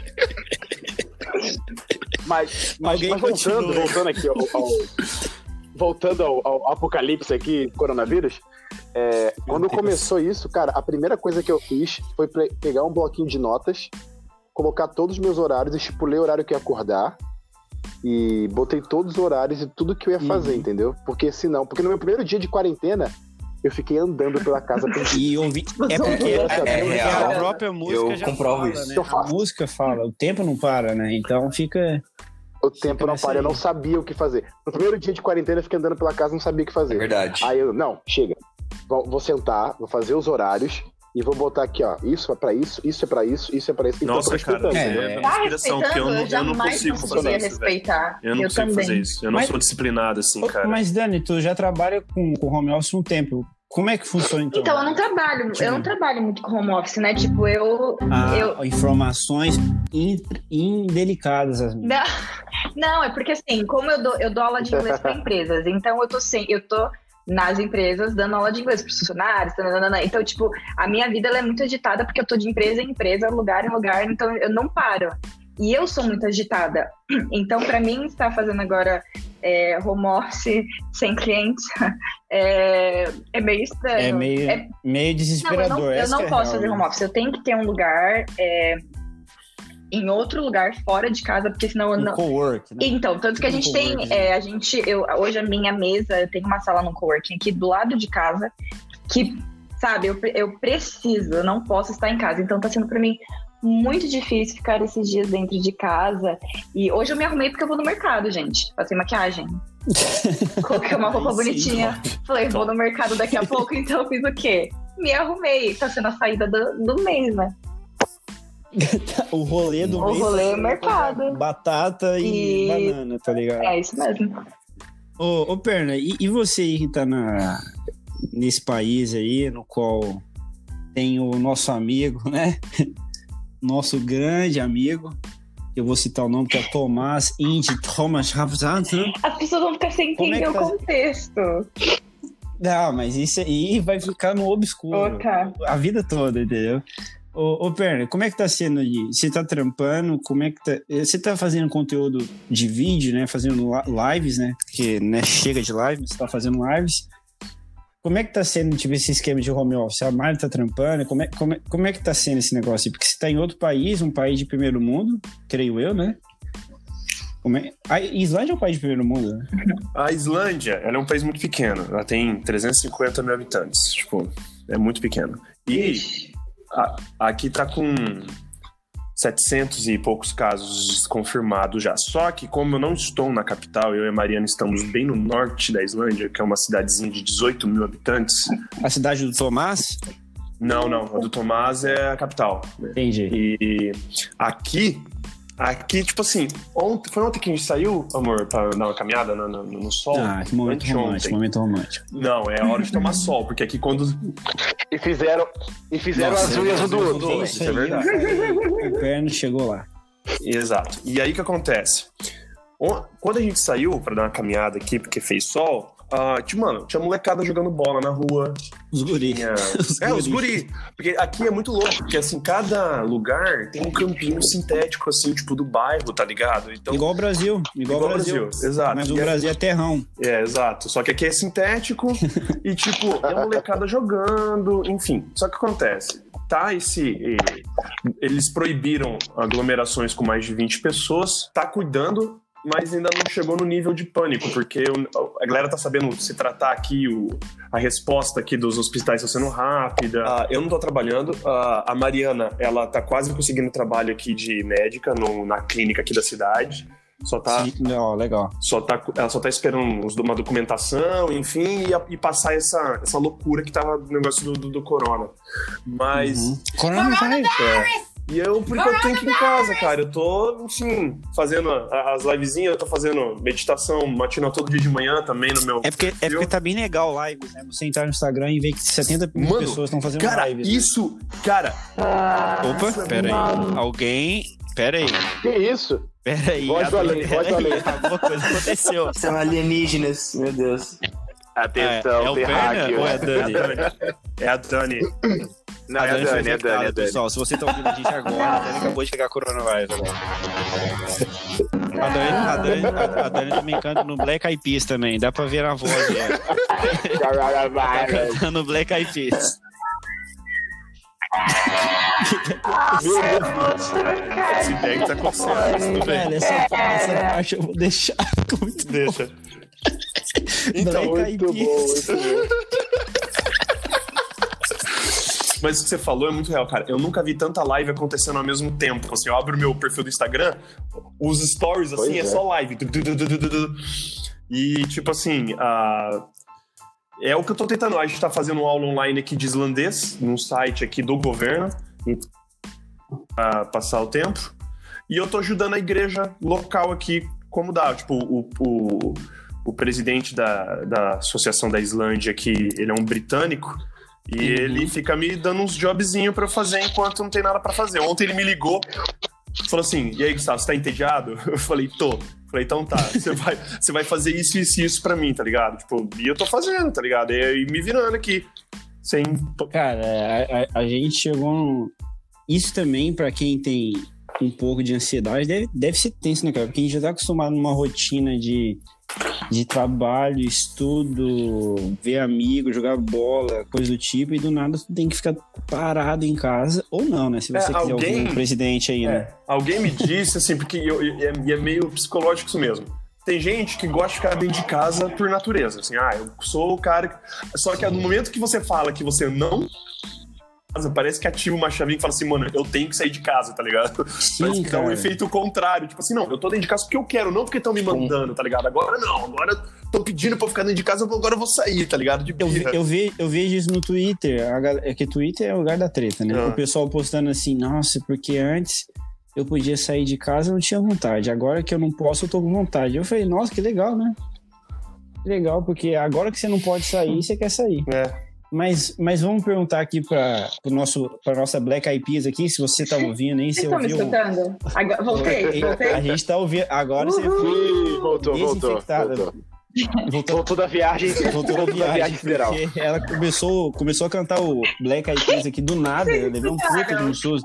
Speaker 2: Mas, mas,
Speaker 1: Alguém
Speaker 2: mas voltando,
Speaker 1: continua.
Speaker 2: voltando aqui ao, ao- voltando ao, ao apocalipse aqui, coronavírus, é, quando
Speaker 1: Deus.
Speaker 2: começou isso, cara, a primeira coisa que eu fiz foi pre- pegar um bloquinho de notas, colocar todos os meus horários, estipulei o horário que eu ia acordar e botei todos os horários e tudo que eu ia fazer,
Speaker 1: Uhum.
Speaker 2: entendeu? Porque senão, porque no meu primeiro dia de quarentena, eu fiquei andando pela casa pensando,
Speaker 1: E ouvi... É porque,
Speaker 6: É
Speaker 1: é porque
Speaker 6: real.
Speaker 1: a própria música
Speaker 6: Eu
Speaker 1: já
Speaker 6: comprovo
Speaker 1: fala,
Speaker 6: isso.
Speaker 1: né?
Speaker 2: Eu
Speaker 1: A
Speaker 2: faço.
Speaker 1: música fala, o tempo não para, né? Então fica...
Speaker 2: o tempo não
Speaker 1: nessa
Speaker 2: para, eu
Speaker 1: aí.
Speaker 2: não sabia o que fazer. No primeiro dia de quarentena, eu fiquei andando pela casa e não sabia o que
Speaker 6: É
Speaker 2: fazer.
Speaker 6: verdade.
Speaker 2: Aí eu, não, chega. Vou, vou sentar, vou fazer os horários e vou botar aqui, ó. Isso é pra isso, isso é pra isso, isso é pra isso. Então,
Speaker 3: Nossa,
Speaker 2: eu tô
Speaker 3: cara,
Speaker 2: respeitando,
Speaker 1: é.
Speaker 2: entendeu?
Speaker 3: é
Speaker 4: Tá
Speaker 3: uma inspiração, porque eu
Speaker 4: respeitando?
Speaker 3: não,
Speaker 4: Eu
Speaker 3: eu não
Speaker 4: jamais
Speaker 3: consigo fazer
Speaker 4: conseguiria
Speaker 3: isso, velho.
Speaker 4: respeitar.
Speaker 3: Eu não
Speaker 4: Eu
Speaker 3: consigo
Speaker 4: também.
Speaker 3: fazer isso. Eu não
Speaker 1: Mas-
Speaker 3: sou disciplinado assim, cara.
Speaker 1: Mas, Dani, tu já trabalha com, com home office há um tempo. Como é que funciona, então?
Speaker 4: Então, eu não trabalho, eu não trabalho muito com home office, né? Tipo, eu.
Speaker 1: Ah,
Speaker 4: eu...
Speaker 1: informações in- indelicadas, as minhas.
Speaker 4: Não, não, é porque assim, como eu dou, eu dou aula de inglês para empresas, então eu tô sem, eu tô nas empresas dando aula de inglês para os funcionários, tananana. Então, tipo, a minha vida ela é muito agitada porque eu tô de empresa em empresa, lugar em lugar, então eu não paro. E eu sou muito agitada. Então, para mim, estar fazendo agora é, home office sem clientes é, é meio estranho.
Speaker 1: É meio,
Speaker 4: É-
Speaker 1: meio
Speaker 4: Não, eu
Speaker 1: desesperador.
Speaker 4: não, eu
Speaker 1: essa
Speaker 4: não
Speaker 1: que é a
Speaker 4: posso
Speaker 1: real,
Speaker 4: fazer
Speaker 1: né?
Speaker 4: home office. Eu tenho que ter um lugar é, em outro lugar, fora de casa, porque senão eu
Speaker 1: Um
Speaker 4: não.
Speaker 1: co-work, né?
Speaker 4: Então, tanto que a
Speaker 1: Tipo um
Speaker 4: gente tem,
Speaker 1: coworking.
Speaker 4: é, a gente, eu, hoje a minha mesa, eu tenho uma sala no coworking aqui do lado de casa, que, sabe, eu, pre- eu preciso, eu não posso estar em casa, então tá sendo pra mim muito difícil ficar esses dias dentro de casa, e hoje eu me arrumei porque eu vou no mercado, gente, passei maquiagem, coloquei uma roupa
Speaker 1: Sim,
Speaker 4: bonitinha, falei, vou no mercado daqui a pouco, então eu fiz o quê? Me arrumei, tá sendo a saída do, do mês, né?
Speaker 1: O rolê do
Speaker 4: O
Speaker 1: mês
Speaker 4: rolê
Speaker 1: tá
Speaker 4: é
Speaker 1: sendo
Speaker 4: mercado.
Speaker 1: batata e,
Speaker 4: E-
Speaker 1: banana, tá ligado?
Speaker 4: É isso mesmo.
Speaker 1: Ô, ô Perna, e, e você aí que tá na, nesse país aí, no qual tem o nosso amigo, né? Nosso grande amigo, que eu vou citar o nome, que é Tomás Indy Thomas Rapzan.
Speaker 4: As pessoas vão ficar sem
Speaker 1: Como é
Speaker 4: entender
Speaker 1: que
Speaker 4: o
Speaker 1: faz-
Speaker 4: contexto.
Speaker 1: Não, mas isso aí vai ficar no obscuro
Speaker 4: Ô, tá.
Speaker 1: a vida toda, entendeu? Ô, ô Perna, como é que tá sendo aí? Você tá trampando? Como é que tá? Você tá fazendo conteúdo de vídeo, né? Fazendo li- lives, né? Porque né, chega de live, você tá fazendo lives. Como é que tá sendo, tipo, esse esquema de home office? A Mari tá trampando? Como é, como, é, como é que tá sendo esse negócio aí? Porque você tá em outro país, um país de primeiro mundo, creio eu, né? Como é? A Islândia é um país de primeiro mundo, né?
Speaker 3: A Islândia, ela é um país muito pequeno. Ela tem trezentos e cinquenta mil habitantes. Tipo, é muito pequeno. E a- aqui tá com setecentos e poucos casos confirmados já. Só que, como eu não estou na capital, eu e a Mariana estamos bem no norte da Islândia, que é uma cidadezinha de dezoito mil habitantes.
Speaker 1: A cidade do Tomás?
Speaker 3: Não, não. A do Tomás é a capital.
Speaker 1: Entendi.
Speaker 3: E aqui, aqui, tipo assim, ontem, foi ontem que a gente saiu, amor, pra dar uma caminhada no, no, no sol?
Speaker 1: Ah, que momento
Speaker 3: Anteontem.
Speaker 1: romântico, momento romântico.
Speaker 3: Não, é a hora de tomar sol, porque aqui quando...
Speaker 2: E fizeram, e fizeram
Speaker 1: Nossa,
Speaker 2: as unhas um do
Speaker 3: as unhas
Speaker 2: outro.
Speaker 3: do outro.
Speaker 1: Isso
Speaker 3: é
Speaker 1: aí,
Speaker 3: verdade.
Speaker 1: O Perna chegou lá.
Speaker 3: Exato. E aí o que acontece? O- Quando a gente saiu para dar uma caminhada aqui, porque fez sol, Uh, tipo, mano, tinha molecada jogando bola na rua.
Speaker 1: Os guri.
Speaker 3: Tinha...
Speaker 1: Os
Speaker 3: é,
Speaker 1: guri.
Speaker 3: os guri. Porque aqui é muito louco, porque assim, cada lugar tem um campinho sintético, assim, tipo, do bairro, tá ligado? Então,
Speaker 1: Igual o Brasil. Igual,
Speaker 3: igual
Speaker 1: o Brasil.
Speaker 3: Brasil, exato.
Speaker 1: Mas o
Speaker 3: E
Speaker 1: Brasil é terrão.
Speaker 3: É, exato. Só que aqui é sintético e, tipo, é a molecada jogando, enfim. Só que acontece, tá esse... Eles proibiram aglomerações com mais de vinte pessoas, tá cuidando, mas ainda não chegou no nível de pânico, porque a galera tá sabendo se tratar aqui, o, a resposta aqui dos hospitais tá sendo rápida. Uh, eu não tô trabalhando, uh, a Mariana, ela tá quase conseguindo trabalho aqui de médica no, na clínica aqui da cidade. Só tá,
Speaker 1: Sim, não, legal.
Speaker 3: Só tá, ela só tá esperando uma documentação, enfim, e, e passar essa, essa loucura que tava no negócio do, do, do corona. Mas...
Speaker 1: Uhum. Corona vai.
Speaker 3: É. E eu, por enquanto, tô aqui em casa, cara. Eu tô, assim, fazendo as livezinhas, eu tô fazendo meditação matinal todo dia de manhã também no meu...
Speaker 1: É porque, é porque tá bem legal lives, né? Você entrar no Instagram e ver que setenta mil
Speaker 3: Mano,
Speaker 1: pessoas estão fazendo
Speaker 3: cara,
Speaker 1: lives.
Speaker 3: isso... Né? Cara...
Speaker 1: Opa, pera aí. Alguém... Pera aí.
Speaker 2: Que isso?
Speaker 1: Pera aí.
Speaker 2: Voz do além, voz do além.
Speaker 1: Alguma coisa aconteceu.
Speaker 6: São alienígenas, meu Deus.
Speaker 2: Atenção,
Speaker 1: é, é o Perna ou é a Dani?
Speaker 3: É a Dani.
Speaker 2: Não,
Speaker 1: a
Speaker 2: é a
Speaker 1: Dani,
Speaker 2: Dani,
Speaker 1: foi
Speaker 2: é a
Speaker 1: infectada,
Speaker 2: Dani, é a Dani.
Speaker 1: pessoal. Se você tá ouvindo a gente agora, a Dani acabou de pegar coronavírus agora. A Dani, a Dani, a, a Dani também canta no Black Eyed Peas também. Dá pra ver a voz dela. Tá cantando Black Eyed Peas.
Speaker 3: Esse bag tá coçando, tudo bem.
Speaker 1: Velho, essa, essa parte eu vou deixar. Muito
Speaker 3: Deixa.
Speaker 1: Então,
Speaker 2: Muito
Speaker 1: Black Eyed
Speaker 2: bom,
Speaker 1: Peas.
Speaker 2: muito bom.
Speaker 3: Mas o que você falou é muito real, cara. Eu nunca vi tanta live acontecendo ao mesmo tempo. Assim, eu abro o meu perfil do Instagram, os stories, assim, é.
Speaker 2: é
Speaker 3: só live. E, tipo assim, uh, é o que eu tô tentando. A gente tá fazendo aula online aqui de islandês, num site aqui do governo, pra passar o tempo. E eu tô ajudando a igreja local aqui, como dá. Tipo, o, o, o presidente da, da Associação da Islândia aqui, ele é um britânico. E uhum. ele fica me dando uns jobzinhos pra eu fazer enquanto não tem nada pra fazer. Ontem ele me ligou, falou assim, e aí, Gustavo, você tá entediado? Eu falei, tô. Falei, então tá, você vai, você vai fazer isso, isso e isso pra mim, tá ligado? Tipo, e eu tô fazendo, tá ligado? E, e me virando aqui. Sem...
Speaker 1: Cara, a, a, a gente chegou num... Isso também, pra quem tem um pouco de ansiedade, deve, deve ser tenso, né, cara? Porque a gente já tá acostumado numa rotina de... de trabalho, estudo, ver amigo, jogar bola, coisa do tipo, e do nada tu tem que ficar parado em casa, ou não, né? Se você
Speaker 3: é,
Speaker 1: quiser
Speaker 3: alguém,
Speaker 1: ouvir um presidente aí,
Speaker 3: é, né?
Speaker 1: Alguém
Speaker 3: me disse, assim, porque eu, eu, é, é meio psicológico isso mesmo. Tem gente que gosta de ficar dentro de casa por natureza, assim, ah, eu sou o cara... Que... Só que no momento que você fala que você não... Parece que ativa uma chavinha e fala assim, mano, eu tenho que sair de casa, tá ligado?
Speaker 1: Sim,
Speaker 3: parece que
Speaker 1: cara.
Speaker 3: dá um efeito contrário. Tipo assim, não, eu tô dentro de casa porque eu quero, não porque estão me mandando, tá ligado? Agora não, agora estão pedindo pra eu ficar dentro de casa, agora eu vou sair, tá ligado? De
Speaker 1: eu, eu, ve, eu vejo isso no Twitter, a galera, é que Twitter é o lugar da treta, né?
Speaker 3: Ah.
Speaker 1: O pessoal postando assim, nossa, porque antes eu podia sair de casa e não tinha vontade, agora que eu não posso, eu tô com vontade. Eu falei, nossa, que legal, né? Que legal, porque agora que você não pode sair, você quer sair.
Speaker 3: É.
Speaker 1: Mas, mas vamos perguntar aqui para a nossa Black Eyed Peas aqui, se você tá ouvindo aí,
Speaker 4: Vocês
Speaker 1: você
Speaker 4: estão me
Speaker 1: ouviu...
Speaker 4: escutando? Agora, voltei, voltei.
Speaker 1: A gente tá ouvindo, agora você
Speaker 2: Ih, voltou, voltou,
Speaker 1: desinfectada.
Speaker 2: voltou.
Speaker 1: Voltou,
Speaker 2: Voltou da viagem,
Speaker 1: voltou da viagem,
Speaker 2: viagem federal.
Speaker 1: porque ela começou, começou a cantar o Black Eyed Peas aqui do nada, eu levei um puta de um susto.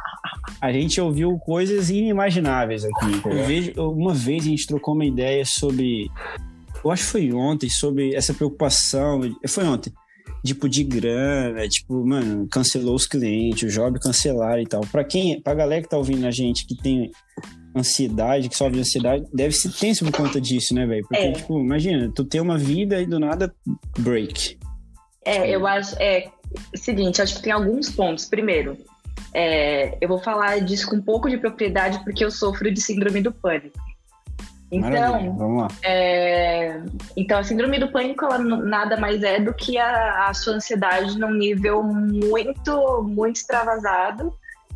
Speaker 1: A gente ouviu coisas inimagináveis aqui. Eu vejo, uma vez a gente trocou uma ideia sobre, eu acho que foi ontem, sobre essa preocupação, foi ontem, tipo, de grana, tipo, mano, cancelou os clientes, o job cancelaram e tal. Pra quem, pra galera que tá ouvindo a gente, que tem ansiedade, que sofre de ansiedade, deve ser tenso por conta disso, né, velho? Porque,
Speaker 4: É.
Speaker 1: tipo, imagina, tu tem uma vida e do nada, break.
Speaker 4: É, eu acho, é, seguinte, acho que tem alguns pontos. Primeiro, é, eu vou falar disso com um pouco de propriedade porque eu sofro de síndrome do pânico.
Speaker 1: Maravilha,
Speaker 4: Então,
Speaker 1: vamos lá.
Speaker 4: é, então, a síndrome do pânico, ela n- nada mais é do que a, a sua ansiedade num nível muito, muito extravasado.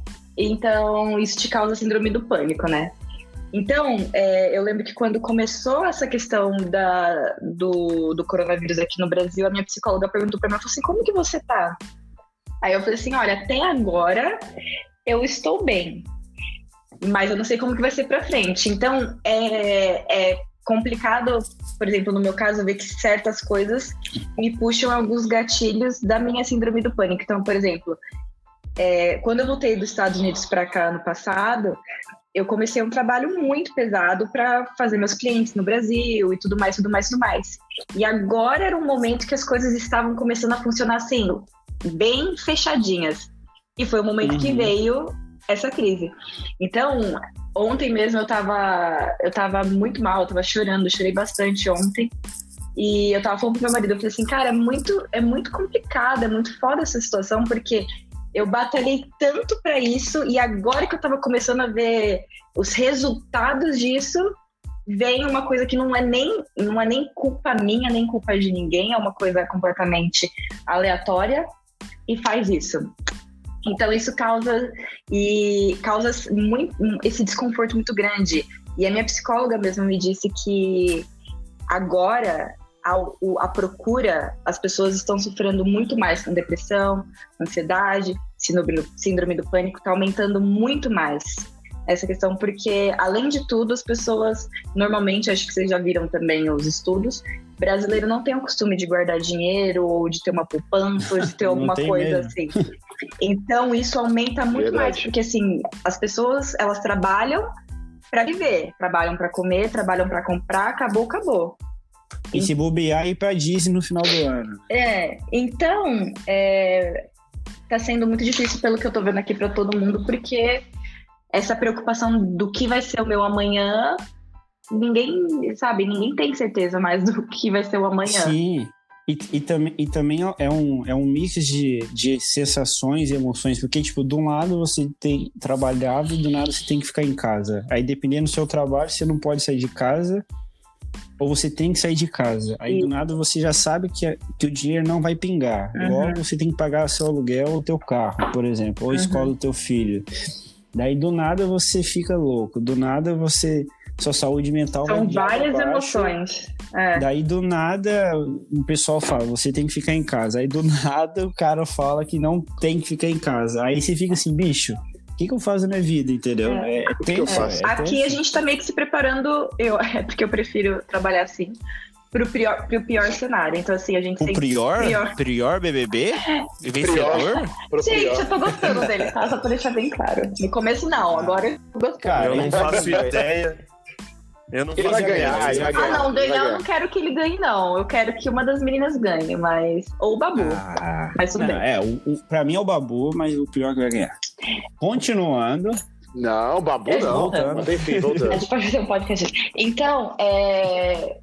Speaker 4: Então, isso te causa síndrome do pânico, né? Então, é, eu lembro que quando começou essa questão da, do, do coronavírus aqui no Brasil, a minha psicóloga perguntou pra mim, ela falou assim, como que você tá? Aí eu falei assim, olha, até agora eu estou bem, mas eu não sei como que vai ser pra frente. Então, é, é, complicado, por exemplo, no meu caso, ver que certas coisas me puxam alguns gatilhos da minha síndrome do pânico. Então, por exemplo, é, quando eu voltei dos Estados Unidos para cá ano passado, eu comecei um trabalho muito pesado para fazer meus clientes no Brasil e tudo mais, tudo mais, tudo mais. E agora era um momento que as coisas estavam começando a funcionar assim, bem fechadinhas. E foi o momento uhum. que veio essa crise. Então, ontem mesmo eu tava, eu tava muito mal, eu tava chorando, eu chorei bastante ontem. E eu tava falando pro meu marido, eu falei assim, cara, é muito, é muito complicado, é muito foda essa situação, porque eu batalhei tanto pra isso, e agora que eu tava começando a ver os resultados disso, vem uma coisa que não é nem, não é nem culpa minha, nem culpa de ninguém, é uma coisa completamente aleatória, e faz isso. Então isso causa, e causa muito, esse desconforto muito grande. E a minha psicóloga mesmo me disse que agora a, a procura, as pessoas estão sofrendo muito mais com depressão, ansiedade, síndrome, síndrome do pânico, está aumentando muito mais essa questão, porque além de tudo, as pessoas, normalmente, acho que vocês já viram também os estudos, brasileiro não tem o costume de guardar dinheiro, ou de ter uma poupança, ou de ter alguma coisa mesmo. Assim. Então, isso aumenta muito Verdade. mais, porque assim, as pessoas, elas trabalham para viver, trabalham para comer, trabalham para comprar, acabou, acabou.
Speaker 1: E, e se bobear, ir pra Disney no final do ano.
Speaker 4: É, então, é, tá sendo muito difícil pelo que eu tô vendo aqui para todo mundo, porque essa preocupação do que vai ser o meu amanhã, ninguém, sabe, ninguém tem certeza mais do que vai ser o amanhã.
Speaker 1: Sim, e, e, tam, e também é um, é um mix de, de sensações e emoções, porque, tipo, de um lado você tem trabalhado e do nada você tem que ficar em casa. Aí, dependendo do seu trabalho, você não pode sair de casa, ou você tem que sair de casa. Aí, e... do nada, você já sabe que, que o dinheiro não vai pingar. Uhum. Logo, você tem que pagar seu aluguel ou teu carro, por exemplo, ou a uhum. escola do teu filho. Daí, do nada, você fica louco. Do nada, você... Sua saúde mental vai
Speaker 4: São várias emoções.
Speaker 1: É. Daí, do nada, o pessoal fala, você tem que ficar em casa. Aí, do nada, o cara fala que não tem que ficar em casa. Aí, você fica assim, bicho, o que, que eu faço na minha vida, entendeu? É, é tenso,
Speaker 4: é, é Aqui, tenso. A gente tá meio que se preparando... Eu, é porque eu prefiro trabalhar assim. Pro pior, pro pior cenário. Então, assim, a gente
Speaker 5: o
Speaker 4: tem...
Speaker 5: Prior? Prior? Prior B B B? Vencedor?
Speaker 4: Gente, eu tô gostando dele, tá? Só pra deixar bem claro. No começo, não. Agora, eu tô gostando.
Speaker 3: Cara, eu não faço ideia. Eu não
Speaker 2: ele vai ganhar, ele vai ganhar.
Speaker 4: Ah, não, ganhar eu não quero que ele ganhe, não. Eu quero que uma das meninas ganhe, mas... Ou o Babu. Ah, mas tudo
Speaker 1: não,
Speaker 4: bem.
Speaker 1: É, o, o, pra mim é o Babu, mas o pior que vai ganhar. Continuando...
Speaker 2: Não, Babu é, não. Voltando. Enfim, voltando.
Speaker 4: A gente pode fazer um podcast. Então, é...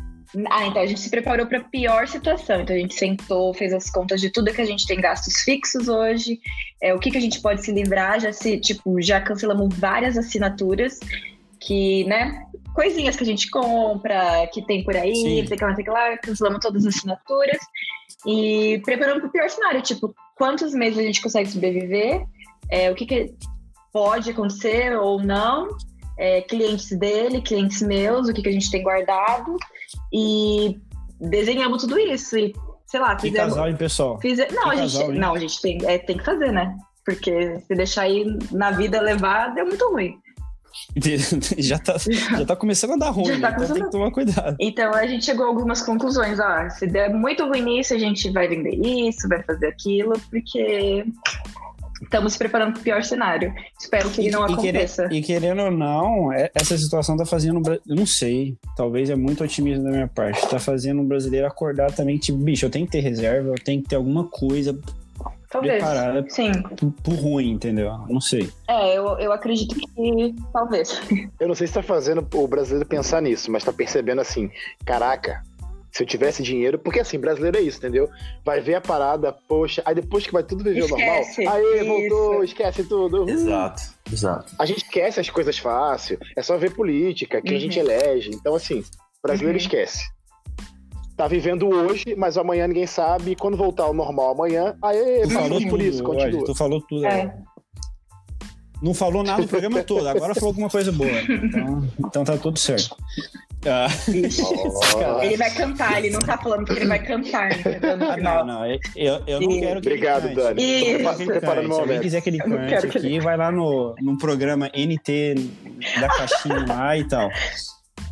Speaker 4: Ah, então a gente se preparou para a pior situação. Então a gente sentou, fez as contas de tudo que a gente tem gastos fixos hoje, é, o que, que a gente pode se livrar, já se, tipo, já cancelamos várias assinaturas, que, né, coisinhas que a gente compra, que tem por aí, sei que lá, sei que lá, cancelamos todas as assinaturas e preparamos para o pior cenário, tipo, quantos meses a gente consegue sobreviver, é, o que, que pode acontecer ou não, é, clientes dele, clientes meus, o que, que a gente tem guardado. E desenhamos tudo isso e, sei lá,
Speaker 1: que
Speaker 4: fizemos...
Speaker 1: casal, hein, pessoal?
Speaker 4: Fize... Não,
Speaker 1: que
Speaker 4: a gente,
Speaker 1: casal,
Speaker 4: não, a gente tem, é, tem que fazer, né? Porque se deixar aí na vida levar, deu muito ruim.
Speaker 1: já, tá, já tá começando a dar ruim, tá, então tem que tomar cuidado.
Speaker 4: Então a gente chegou a algumas conclusões. Ó, se der muito ruim nisso, a gente vai vender isso, vai fazer aquilo, porque... Estamos se preparando para o pior cenário. Espero que ele não e, aconteça.
Speaker 1: E, e querendo ou não, essa situação tá fazendo... Eu não sei, talvez é muito otimismo da minha parte. Tá fazendo o brasileiro acordar também, tipo, bicho, eu tenho que ter reserva, eu tenho que ter alguma coisa
Speaker 4: talvez,
Speaker 1: preparada
Speaker 4: sim.
Speaker 1: Pro, pro ruim, entendeu? Não sei.
Speaker 4: É, eu, eu acredito que talvez.
Speaker 2: Eu não sei se tá fazendo o brasileiro pensar nisso, mas tá percebendo assim, caraca... Se eu tivesse dinheiro, porque assim, brasileiro é isso, entendeu? Vai ver a parada, poxa, aí depois que vai tudo viver
Speaker 4: esquece,
Speaker 2: normal, aí voltou, esquece tudo.
Speaker 6: Exato, exato.
Speaker 2: A gente esquece as coisas fácil, é só ver política, quem uhum. a gente elege. Então, assim, o brasileiro uhum. esquece. Tá vivendo hoje, mas amanhã ninguém sabe, e quando voltar ao normal amanhã, aí passamos por isso, continua.
Speaker 1: Olha, tu falou tudo aí. É. Não falou nada do programa todo, agora falou alguma coisa boa. Então, então tá tudo certo.
Speaker 4: Ah. Ele vai cantar, ele não tá falando que ele vai cantar, entendeu? No final.
Speaker 1: Ah, não, não, eu, eu não
Speaker 4: e...
Speaker 1: quero que
Speaker 2: Obrigado,
Speaker 1: ele cante.
Speaker 2: Dani.
Speaker 1: Se alguém quiser que ele cante aqui, ele... vai lá no, num programa N T da caixinha lá e tal.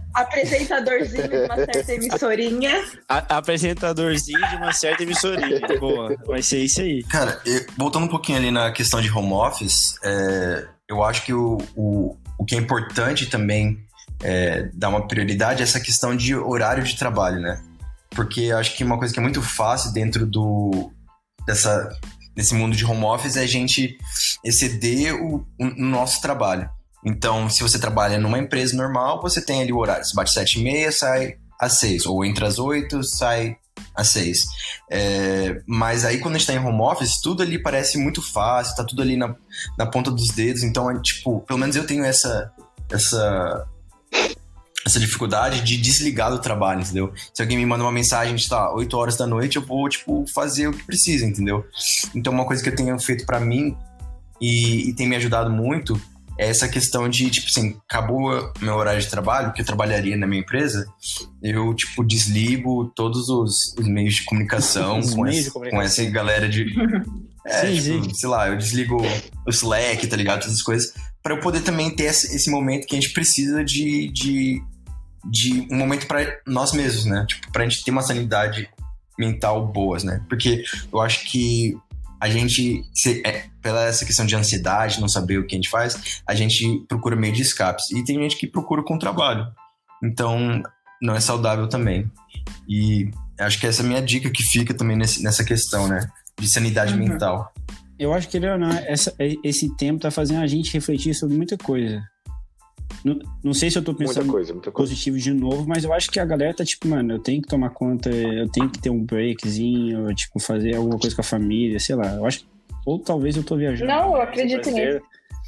Speaker 4: Apresentadorzinho de uma certa emissorinha.
Speaker 1: A, apresentadorzinho de uma certa emissorinha. Boa, vai ser isso aí.
Speaker 6: Cara, eu, voltando um pouquinho ali na questão de home office, é, eu acho que o, o, o que é importante também é, dar uma prioridade é essa questão de horário de trabalho, né? Porque eu acho que uma coisa que é muito fácil dentro do, dessa, desse mundo de home office é a gente exceder o, o nosso trabalho. Então, se você trabalha numa empresa normal, você tem ali o horário. Você bate sete e meia, sai às seis. Ou entre as oito, sai às seis. É, mas aí, quando a gente tá em home office, tudo ali parece muito fácil, tá tudo ali na, na ponta dos dedos. Então, é, tipo, pelo menos eu tenho essa, essa, essa dificuldade de desligar do trabalho, entendeu? Se alguém me manda uma mensagem, tá, oito horas da noite, eu vou, tipo, fazer o que precisa, entendeu? Então, uma coisa que eu tenho feito pra mim e, e tem me ajudado muito é essa questão de, tipo assim, acabou meu horário de trabalho, que eu trabalharia na minha empresa, eu, tipo, desligo todos os, os meios de comunicação,
Speaker 1: Os
Speaker 6: com,
Speaker 1: meios
Speaker 6: essa,
Speaker 1: de comunicação.
Speaker 6: com essa galera de... É,
Speaker 1: Sim,
Speaker 6: tipo,
Speaker 1: sim.
Speaker 6: sei lá, eu desligo o Slack, tá ligado? Todas essas coisas, pra eu poder também ter esse, esse momento que a gente precisa de, de, de um momento pra nós mesmos, né? Tipo, pra gente ter uma sanidade mental boas, né? Porque eu acho que a gente, se, é, pela essa questão de ansiedade, não saber o que a gente faz, a gente procura meio de escapes. E tem gente que procura com trabalho. Então, não é saudável também. E acho que essa é a minha dica que fica também nesse, nessa questão, né? De sanidade
Speaker 4: Uhum.
Speaker 6: mental.
Speaker 1: Eu acho que, Leonardo, essa, esse tempo tá fazendo a gente refletir sobre muita coisa. Não, não sei se eu tô
Speaker 2: Muita
Speaker 1: pensando
Speaker 2: coisa, muita coisa.
Speaker 1: positivo de novo, mas eu acho que a galera tá tipo, mano, eu tenho que tomar conta, eu tenho que ter um breakzinho, tipo, fazer alguma coisa com a família, sei lá. Eu acho, ou talvez eu tô viajando.
Speaker 4: Não, eu acredito nisso.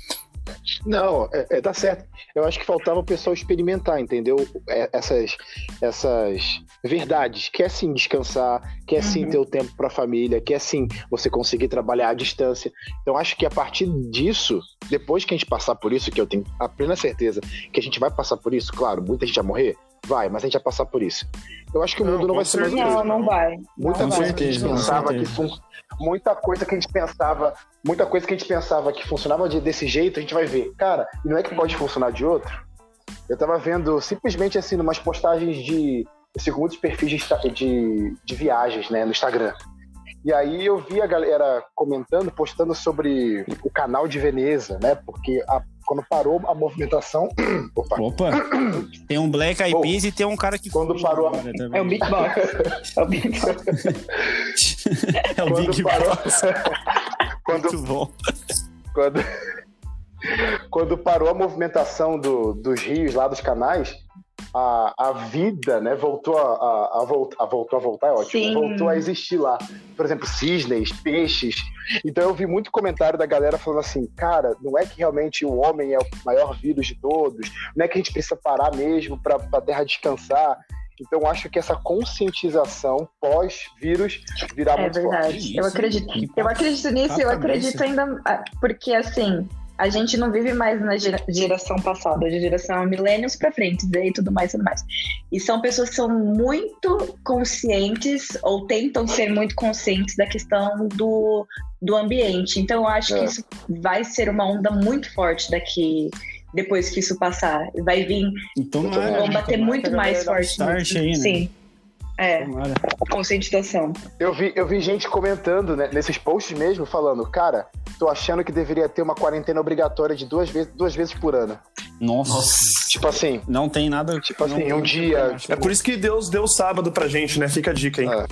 Speaker 2: Não, é, é, tá certo. Eu acho que faltava o pessoal experimentar, entendeu? É, essas, essas verdades. Quer sim descansar, quer sim
Speaker 4: Uhum.
Speaker 2: ter o tempo pra família, quer sim você conseguir trabalhar à distância. Então acho que a partir disso, depois que a gente passar por isso, que eu tenho a plena certeza que a gente vai passar por isso, claro, muita gente vai morrer, vai, mas a gente vai passar por isso. Eu acho que o
Speaker 3: Não,
Speaker 2: mundo não
Speaker 3: com
Speaker 2: vai ser mais o
Speaker 3: certeza.
Speaker 2: mesmo.
Speaker 4: Não, não vai.
Speaker 2: Muita
Speaker 4: Não
Speaker 1: Com
Speaker 4: vai.
Speaker 2: coisa que a gente
Speaker 1: certeza, com
Speaker 2: pensava que
Speaker 1: certeza.
Speaker 2: fun... muita coisa que a gente pensava, muita coisa que a gente pensava que funcionava de, desse jeito, a gente vai ver. Cara, e não é que pode funcionar de outro? Eu tava vendo simplesmente assim, umas postagens de segundos perfis de, insta- de, de viagens, né, no Instagram. E aí eu vi a galera comentando, postando sobre o canal de Veneza, né? Porque a- quando parou a movimentação. Opa!
Speaker 1: Opa, tem um Black Eyed
Speaker 2: Bom,
Speaker 1: Peas e tem um cara que
Speaker 2: quando
Speaker 1: fugiu
Speaker 2: parou a-
Speaker 1: agora também.
Speaker 4: É o beatbox. É o beatbox.
Speaker 1: É o
Speaker 2: Quando
Speaker 1: Big
Speaker 2: parou,
Speaker 1: Boss.
Speaker 2: quando,
Speaker 1: Muito bom.
Speaker 2: quando, quando parou a movimentação do- dos rios lá dos canais, a, a vida, né, voltou a, a, a, volt- a voltou a voltar, é ótimo,
Speaker 4: Sim.
Speaker 2: voltou a existir lá. Por exemplo, cisnes, peixes. Então eu vi muito comentário da galera falando assim, cara, não é que realmente o homem é o maior vírus de todos, não é que a gente precisa parar mesmo para a Terra descansar. Então eu acho que essa conscientização pós-vírus virá
Speaker 4: É
Speaker 2: muito
Speaker 4: verdade.
Speaker 2: forte.
Speaker 1: Isso,
Speaker 4: Eu acredito,
Speaker 1: que
Speaker 4: eu acredito nisso,
Speaker 1: papo
Speaker 4: eu
Speaker 1: é
Speaker 4: acredito
Speaker 1: esse?
Speaker 4: ainda. ah, Porque assim, a gente não vive mais na gera- geração passada, a geração millennials pra frente, e tudo mais, tudo mais. E são pessoas que são muito conscientes, ou tentam ser muito conscientes da questão do, do ambiente. Então eu acho
Speaker 2: É.
Speaker 4: que isso vai ser uma onda muito forte daqui. Depois que isso passar, vai vir,
Speaker 1: Então,
Speaker 2: Vão
Speaker 1: é,
Speaker 4: vão bater
Speaker 1: tomara
Speaker 4: muito
Speaker 1: que a
Speaker 4: mais
Speaker 1: galera dá um
Speaker 4: forte.
Speaker 1: start
Speaker 4: nisso.
Speaker 1: aí, né?
Speaker 4: Sim, é,
Speaker 1: Tomara.
Speaker 4: conscientização.
Speaker 2: Eu vi, eu vi gente comentando, né, nesses posts mesmo, falando, cara, tô achando que deveria ter uma quarentena obrigatória de duas vezes, duas vezes por ano.
Speaker 1: Nossa.
Speaker 6: Nossa.
Speaker 2: Tipo assim,
Speaker 1: Não tem nada.
Speaker 2: Tipo assim,
Speaker 1: não
Speaker 2: um
Speaker 1: tem
Speaker 2: dia-
Speaker 1: nada.
Speaker 3: É por isso que Deus deu sábado pra gente, né? Fica a dica aí.
Speaker 2: ah,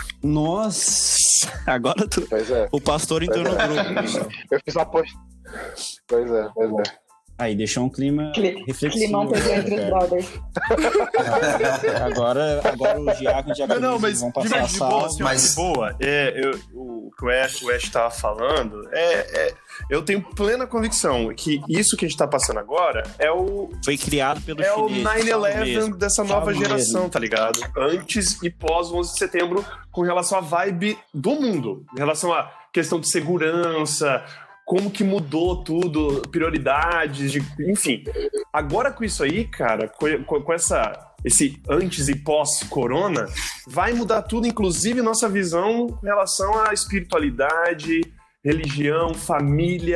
Speaker 1: Nossa. Agora tu...
Speaker 2: pois é.
Speaker 1: o pastor entrou no
Speaker 2: Pois
Speaker 1: grupo. pessoal.
Speaker 2: Eu fiz uma post. Pois é, pois é.
Speaker 1: Aí deixou um clima
Speaker 4: Cli-
Speaker 1: reflexivo.
Speaker 4: Climão pegou entre os
Speaker 1: cara.
Speaker 4: brothers.
Speaker 1: Agora, agora o Giaco e o
Speaker 3: Não, não, mas
Speaker 1: vão
Speaker 3: de,
Speaker 1: passar a
Speaker 3: de boa,
Speaker 1: sala.
Speaker 3: assim,
Speaker 6: mas-
Speaker 3: de boa, é, eu- o que o Ash, o Ash tava falando, é, é- eu tenho plena convicção que isso que a gente tá passando agora é o,
Speaker 1: Foi criado pelo
Speaker 3: é o
Speaker 1: chinês.
Speaker 3: nove
Speaker 1: fala
Speaker 3: eleven
Speaker 1: mesmo.
Speaker 3: dessa
Speaker 1: Fala
Speaker 3: nova
Speaker 1: mesmo.
Speaker 3: geração, tá ligado? Antes e pós onze de setembro, com relação à vibe do mundo, em relação à questão de segurança, como que mudou tudo, prioridades, de- enfim. Agora com isso aí, cara, com, com- com essa, esse antes e pós-corona, vai mudar tudo, inclusive nossa visão com relação à espiritualidade, religião, família,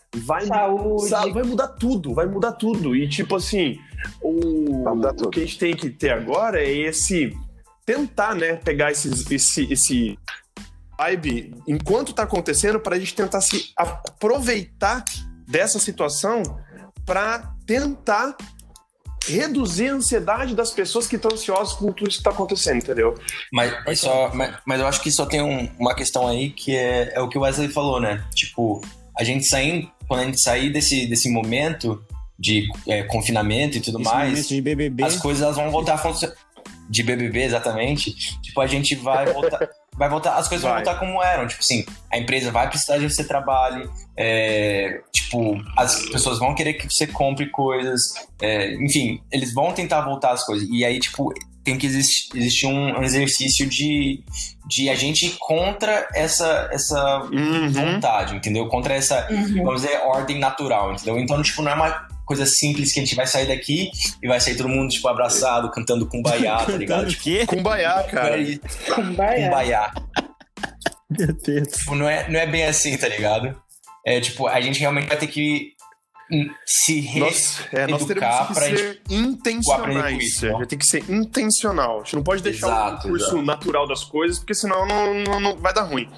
Speaker 3: vai,
Speaker 4: Saúde.
Speaker 3: sa- vai mudar tudo, vai mudar tudo. E tipo assim, o,
Speaker 2: Vai mudar
Speaker 3: o
Speaker 2: tudo.
Speaker 3: que a gente tem que ter agora é esse tentar, né, pegar esses, esse, esse vibe enquanto tá acontecendo pra gente tentar se aproveitar dessa situação pra tentar reduzir a ansiedade das pessoas que estão ansiosas com tudo isso que tá acontecendo, entendeu?
Speaker 6: Mas, só, mas, mas eu acho que só tem um- uma questão aí que é, é o que o Wesley falou, né? Tipo, a gente sair, quando a gente sair desse, desse momento de é, confinamento e tudo
Speaker 1: Esse
Speaker 6: mais,
Speaker 1: momento de B B B.
Speaker 6: as coisas elas vão voltar a funcionar. De B B B, exatamente. Tipo, a gente vai voltar. Vai voltar, as coisas
Speaker 3: Vai.
Speaker 6: vão voltar como eram. Tipo assim, a empresa vai precisar de você trabalhe. é, tipo, as pessoas vão querer que você compre coisas. é, enfim, eles vão tentar voltar as coisas. E aí, tipo, tem que existir, existir um, um exercício de, de a gente ir contra essa, essa
Speaker 3: Uhum.
Speaker 6: vontade, entendeu? Contra essa,
Speaker 4: Uhum.
Speaker 6: vamos dizer, ordem natural, entendeu? Então, tipo, não é uma coisa simples que a gente vai sair daqui e vai sair todo mundo, tipo, abraçado, cantando Kumbaya, tá ligado?
Speaker 1: Cantando o
Speaker 6: Tipo,
Speaker 1: quê?
Speaker 3: Kumbaya, cara.
Speaker 6: Kumbaya.
Speaker 4: Kumbaya.
Speaker 6: Kumbaya.
Speaker 1: Meu Deus.
Speaker 6: Tipo, não é, não é bem assim, tá ligado? É, tipo, a gente realmente vai ter que hum, se
Speaker 3: Nós, é, nós teremos
Speaker 6: reeducar
Speaker 3: que
Speaker 6: pra
Speaker 3: ser
Speaker 6: gente aprender com
Speaker 3: intencionais.
Speaker 6: isso,
Speaker 3: É,
Speaker 6: ó.
Speaker 3: já tem que ser intencional. A gente não pode deixar
Speaker 6: Exato,
Speaker 3: o curso
Speaker 6: exato.
Speaker 3: natural das coisas, porque senão não, não, não vai dar ruim.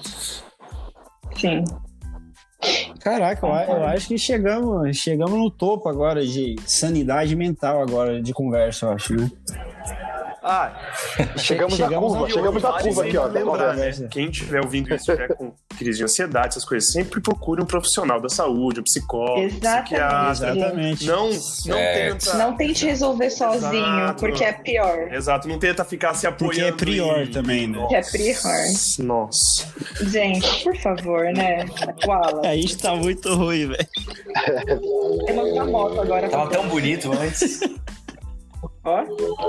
Speaker 4: Sim.
Speaker 1: Caraca, eu, a- eu acho que chegamos, chegamos no topo agora de sanidade mental agora de conversa, eu acho, né?
Speaker 3: Ah,
Speaker 2: Chegamos na
Speaker 1: chegamos
Speaker 2: curva,
Speaker 1: na-
Speaker 2: chegamos na
Speaker 3: vale
Speaker 2: curva aqui, ó.
Speaker 3: sempre
Speaker 2: da
Speaker 3: lembrar,
Speaker 2: conversa.
Speaker 3: né? Quem estiver ouvindo isso tiver com crise de ansiedade, essas coisas, sempre procure um profissional da saúde, um psicólogo, um
Speaker 4: Exatamente.
Speaker 3: psiquiatra.
Speaker 1: Exatamente.
Speaker 3: Não, não
Speaker 6: Certo.
Speaker 3: tenta.
Speaker 4: Não tente resolver sozinho,
Speaker 3: Exato.
Speaker 4: porque é pior.
Speaker 3: Exato, não tenta ficar se apoiando.
Speaker 1: Porque é prior
Speaker 3: em-
Speaker 1: também, né?
Speaker 4: Que é pior.
Speaker 3: Nossa.
Speaker 4: Gente, por favor, né? Wallace.
Speaker 1: A gente tá muito ruim, velho.
Speaker 4: Temos uma moto agora.
Speaker 6: Tava tão bonito antes.
Speaker 4: Ó.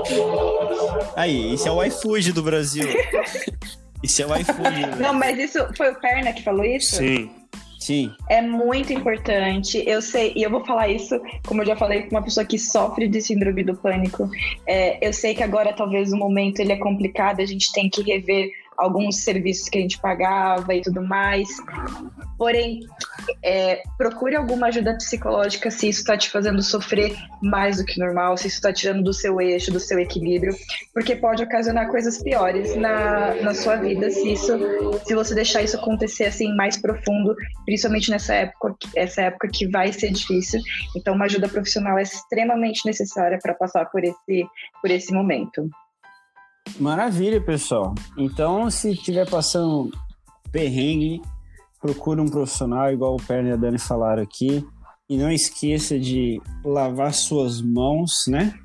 Speaker 1: Aí, esse é o iFood do Brasil. Esse é o iFood.
Speaker 4: Não, mas isso foi o Perna que falou isso?
Speaker 3: Sim.
Speaker 1: Sim.
Speaker 4: É muito importante. Eu sei, e eu vou falar isso, como eu já falei, com uma pessoa que sofre de síndrome do pânico. É, eu sei que agora talvez o momento ele é complicado, a gente tem que rever alguns serviços que a gente pagava e tudo mais. Porém, é, procure alguma ajuda psicológica se isso está te fazendo sofrer mais do que normal, se isso está tirando do seu eixo, do seu equilíbrio, porque pode ocasionar coisas piores na, na sua vida se isso, se você deixar isso acontecer assim mais profundo, principalmente nessa época, essa época que vai ser difícil. Então, uma ajuda profissional é extremamente necessária para passar por esse, por esse momento.
Speaker 1: Maravilha, pessoal. Então, se estiver passando perrengue, procure um profissional, igual o Perna e a Dani falaram aqui. E não esqueça de lavar suas mãos, né?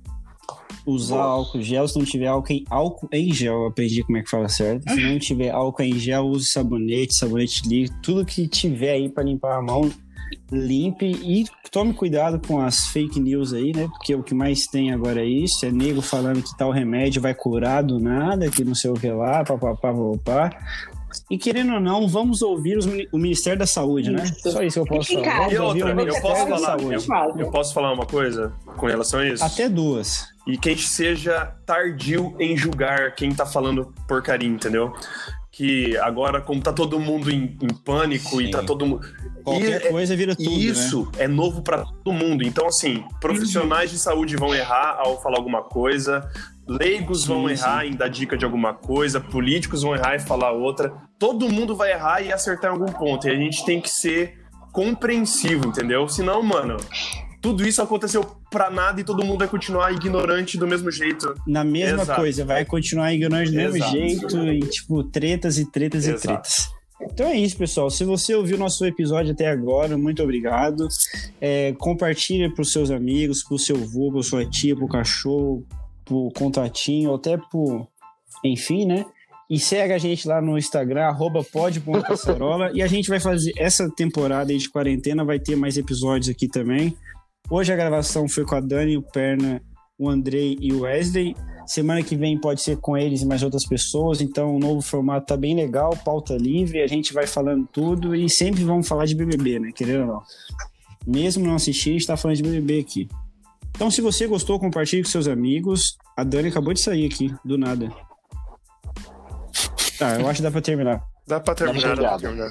Speaker 1: Usar álcool gel. Se não tiver álcool em, álcool em gel, eu aprendi como é que fala certo. Se não tiver álcool em gel, use sabonete, sabonete líquido. Tudo que tiver aí para limpar a mão, limpe. E tome cuidado com as fake news aí, né? Porque o que mais tem agora é isso. É nego falando que tal remédio vai curar do nada, que não sei o que lá, papapá, papapá. E querendo ou não, vamos ouvir os, o Ministério da Saúde, né?
Speaker 4: Isso.
Speaker 1: Só isso que eu posso
Speaker 4: Fique em
Speaker 1: falar.
Speaker 4: casa.
Speaker 1: Vamos
Speaker 3: E
Speaker 1: ouvir
Speaker 3: outra,
Speaker 1: o
Speaker 3: eu
Speaker 1: Ministério
Speaker 3: posso
Speaker 1: da
Speaker 3: falar,
Speaker 1: Saúde.
Speaker 3: eu, eu posso falar uma coisa com relação a isso?
Speaker 1: Até duas.
Speaker 3: E que a gente seja tardio em julgar quem tá falando porcaria, entendeu? Que agora, como tá todo mundo em, em pânico
Speaker 6: Sim.
Speaker 3: e tá todo mundo...
Speaker 1: Qualquer
Speaker 3: E-
Speaker 1: coisa vira tudo,
Speaker 3: E isso
Speaker 1: né?
Speaker 3: é novo pra todo mundo. Então, assim, profissionais de saúde vão errar ao falar alguma coisa, leigos
Speaker 1: Sim,
Speaker 3: vão
Speaker 1: sim.
Speaker 3: errar em dar dica de alguma coisa, políticos vão errar e falar outra. Todo mundo vai errar e acertar em algum ponto. E a gente tem que ser compreensivo, entendeu? Senão, mano, tudo isso aconteceu pra nada e todo mundo vai continuar ignorante do mesmo jeito.
Speaker 1: Na mesma
Speaker 3: Exato.
Speaker 1: coisa, vai continuar ignorando do mesmo
Speaker 3: Exato.
Speaker 1: jeito e, tipo, tretas e tretas
Speaker 3: Exato.
Speaker 1: e tretas. Então é isso, pessoal. Se você ouviu nosso episódio até agora, muito obrigado. É, compartilha para os seus amigos, para o seu avô, para sua tia, para o cachorro, para o contatinho, ou até pro... Enfim, né? E segue a gente lá no Instagram, arroba pod.cacerola. E a gente vai fazer essa temporada aí de quarentena, vai ter mais episódios aqui também. Hoje a gravação foi com a Dani, o Perna, o Andrei e o Wesley. Semana que vem pode ser com eles e mais outras pessoas, então o novo formato tá bem legal, pauta livre, a gente vai falando tudo e sempre vamos falar de B B B, né, querendo ou não. Mesmo não assistir, a gente tá falando de B B B aqui. Então se você gostou, compartilhe com seus amigos. A Dani acabou de sair aqui, do nada. Tá, eu acho que dá pra terminar.
Speaker 3: Dá pra terminar, dá pra
Speaker 2: Obrigado.
Speaker 3: terminar.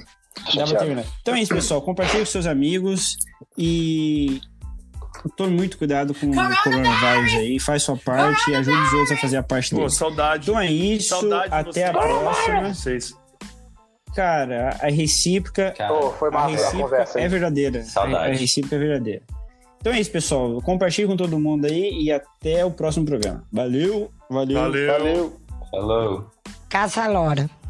Speaker 1: Dá pra terminar. Então é isso, pessoal. Compartilhe com seus amigos e tome muito cuidado com o coronavírus aí. Faz sua parte e ajude os outros a fazer a parte
Speaker 3: Pô,
Speaker 1: deles.
Speaker 3: saudade.
Speaker 1: Então é isso.
Speaker 3: Saudade
Speaker 1: Até a próxima.
Speaker 3: Vocês.
Speaker 1: Cara, a recíproca,
Speaker 2: Oh, foi
Speaker 1: a
Speaker 2: massa a
Speaker 1: recíproca
Speaker 2: conversa,
Speaker 1: é
Speaker 2: hein?
Speaker 1: verdadeira.
Speaker 6: Saudade.
Speaker 1: A recíproca é verdadeira. Então é isso, pessoal. Compartilhe com todo mundo aí e até o próximo programa. Valeu. Valeu.
Speaker 3: Valeu.
Speaker 2: Valeu.
Speaker 6: Falou.
Speaker 9: Caça Lora.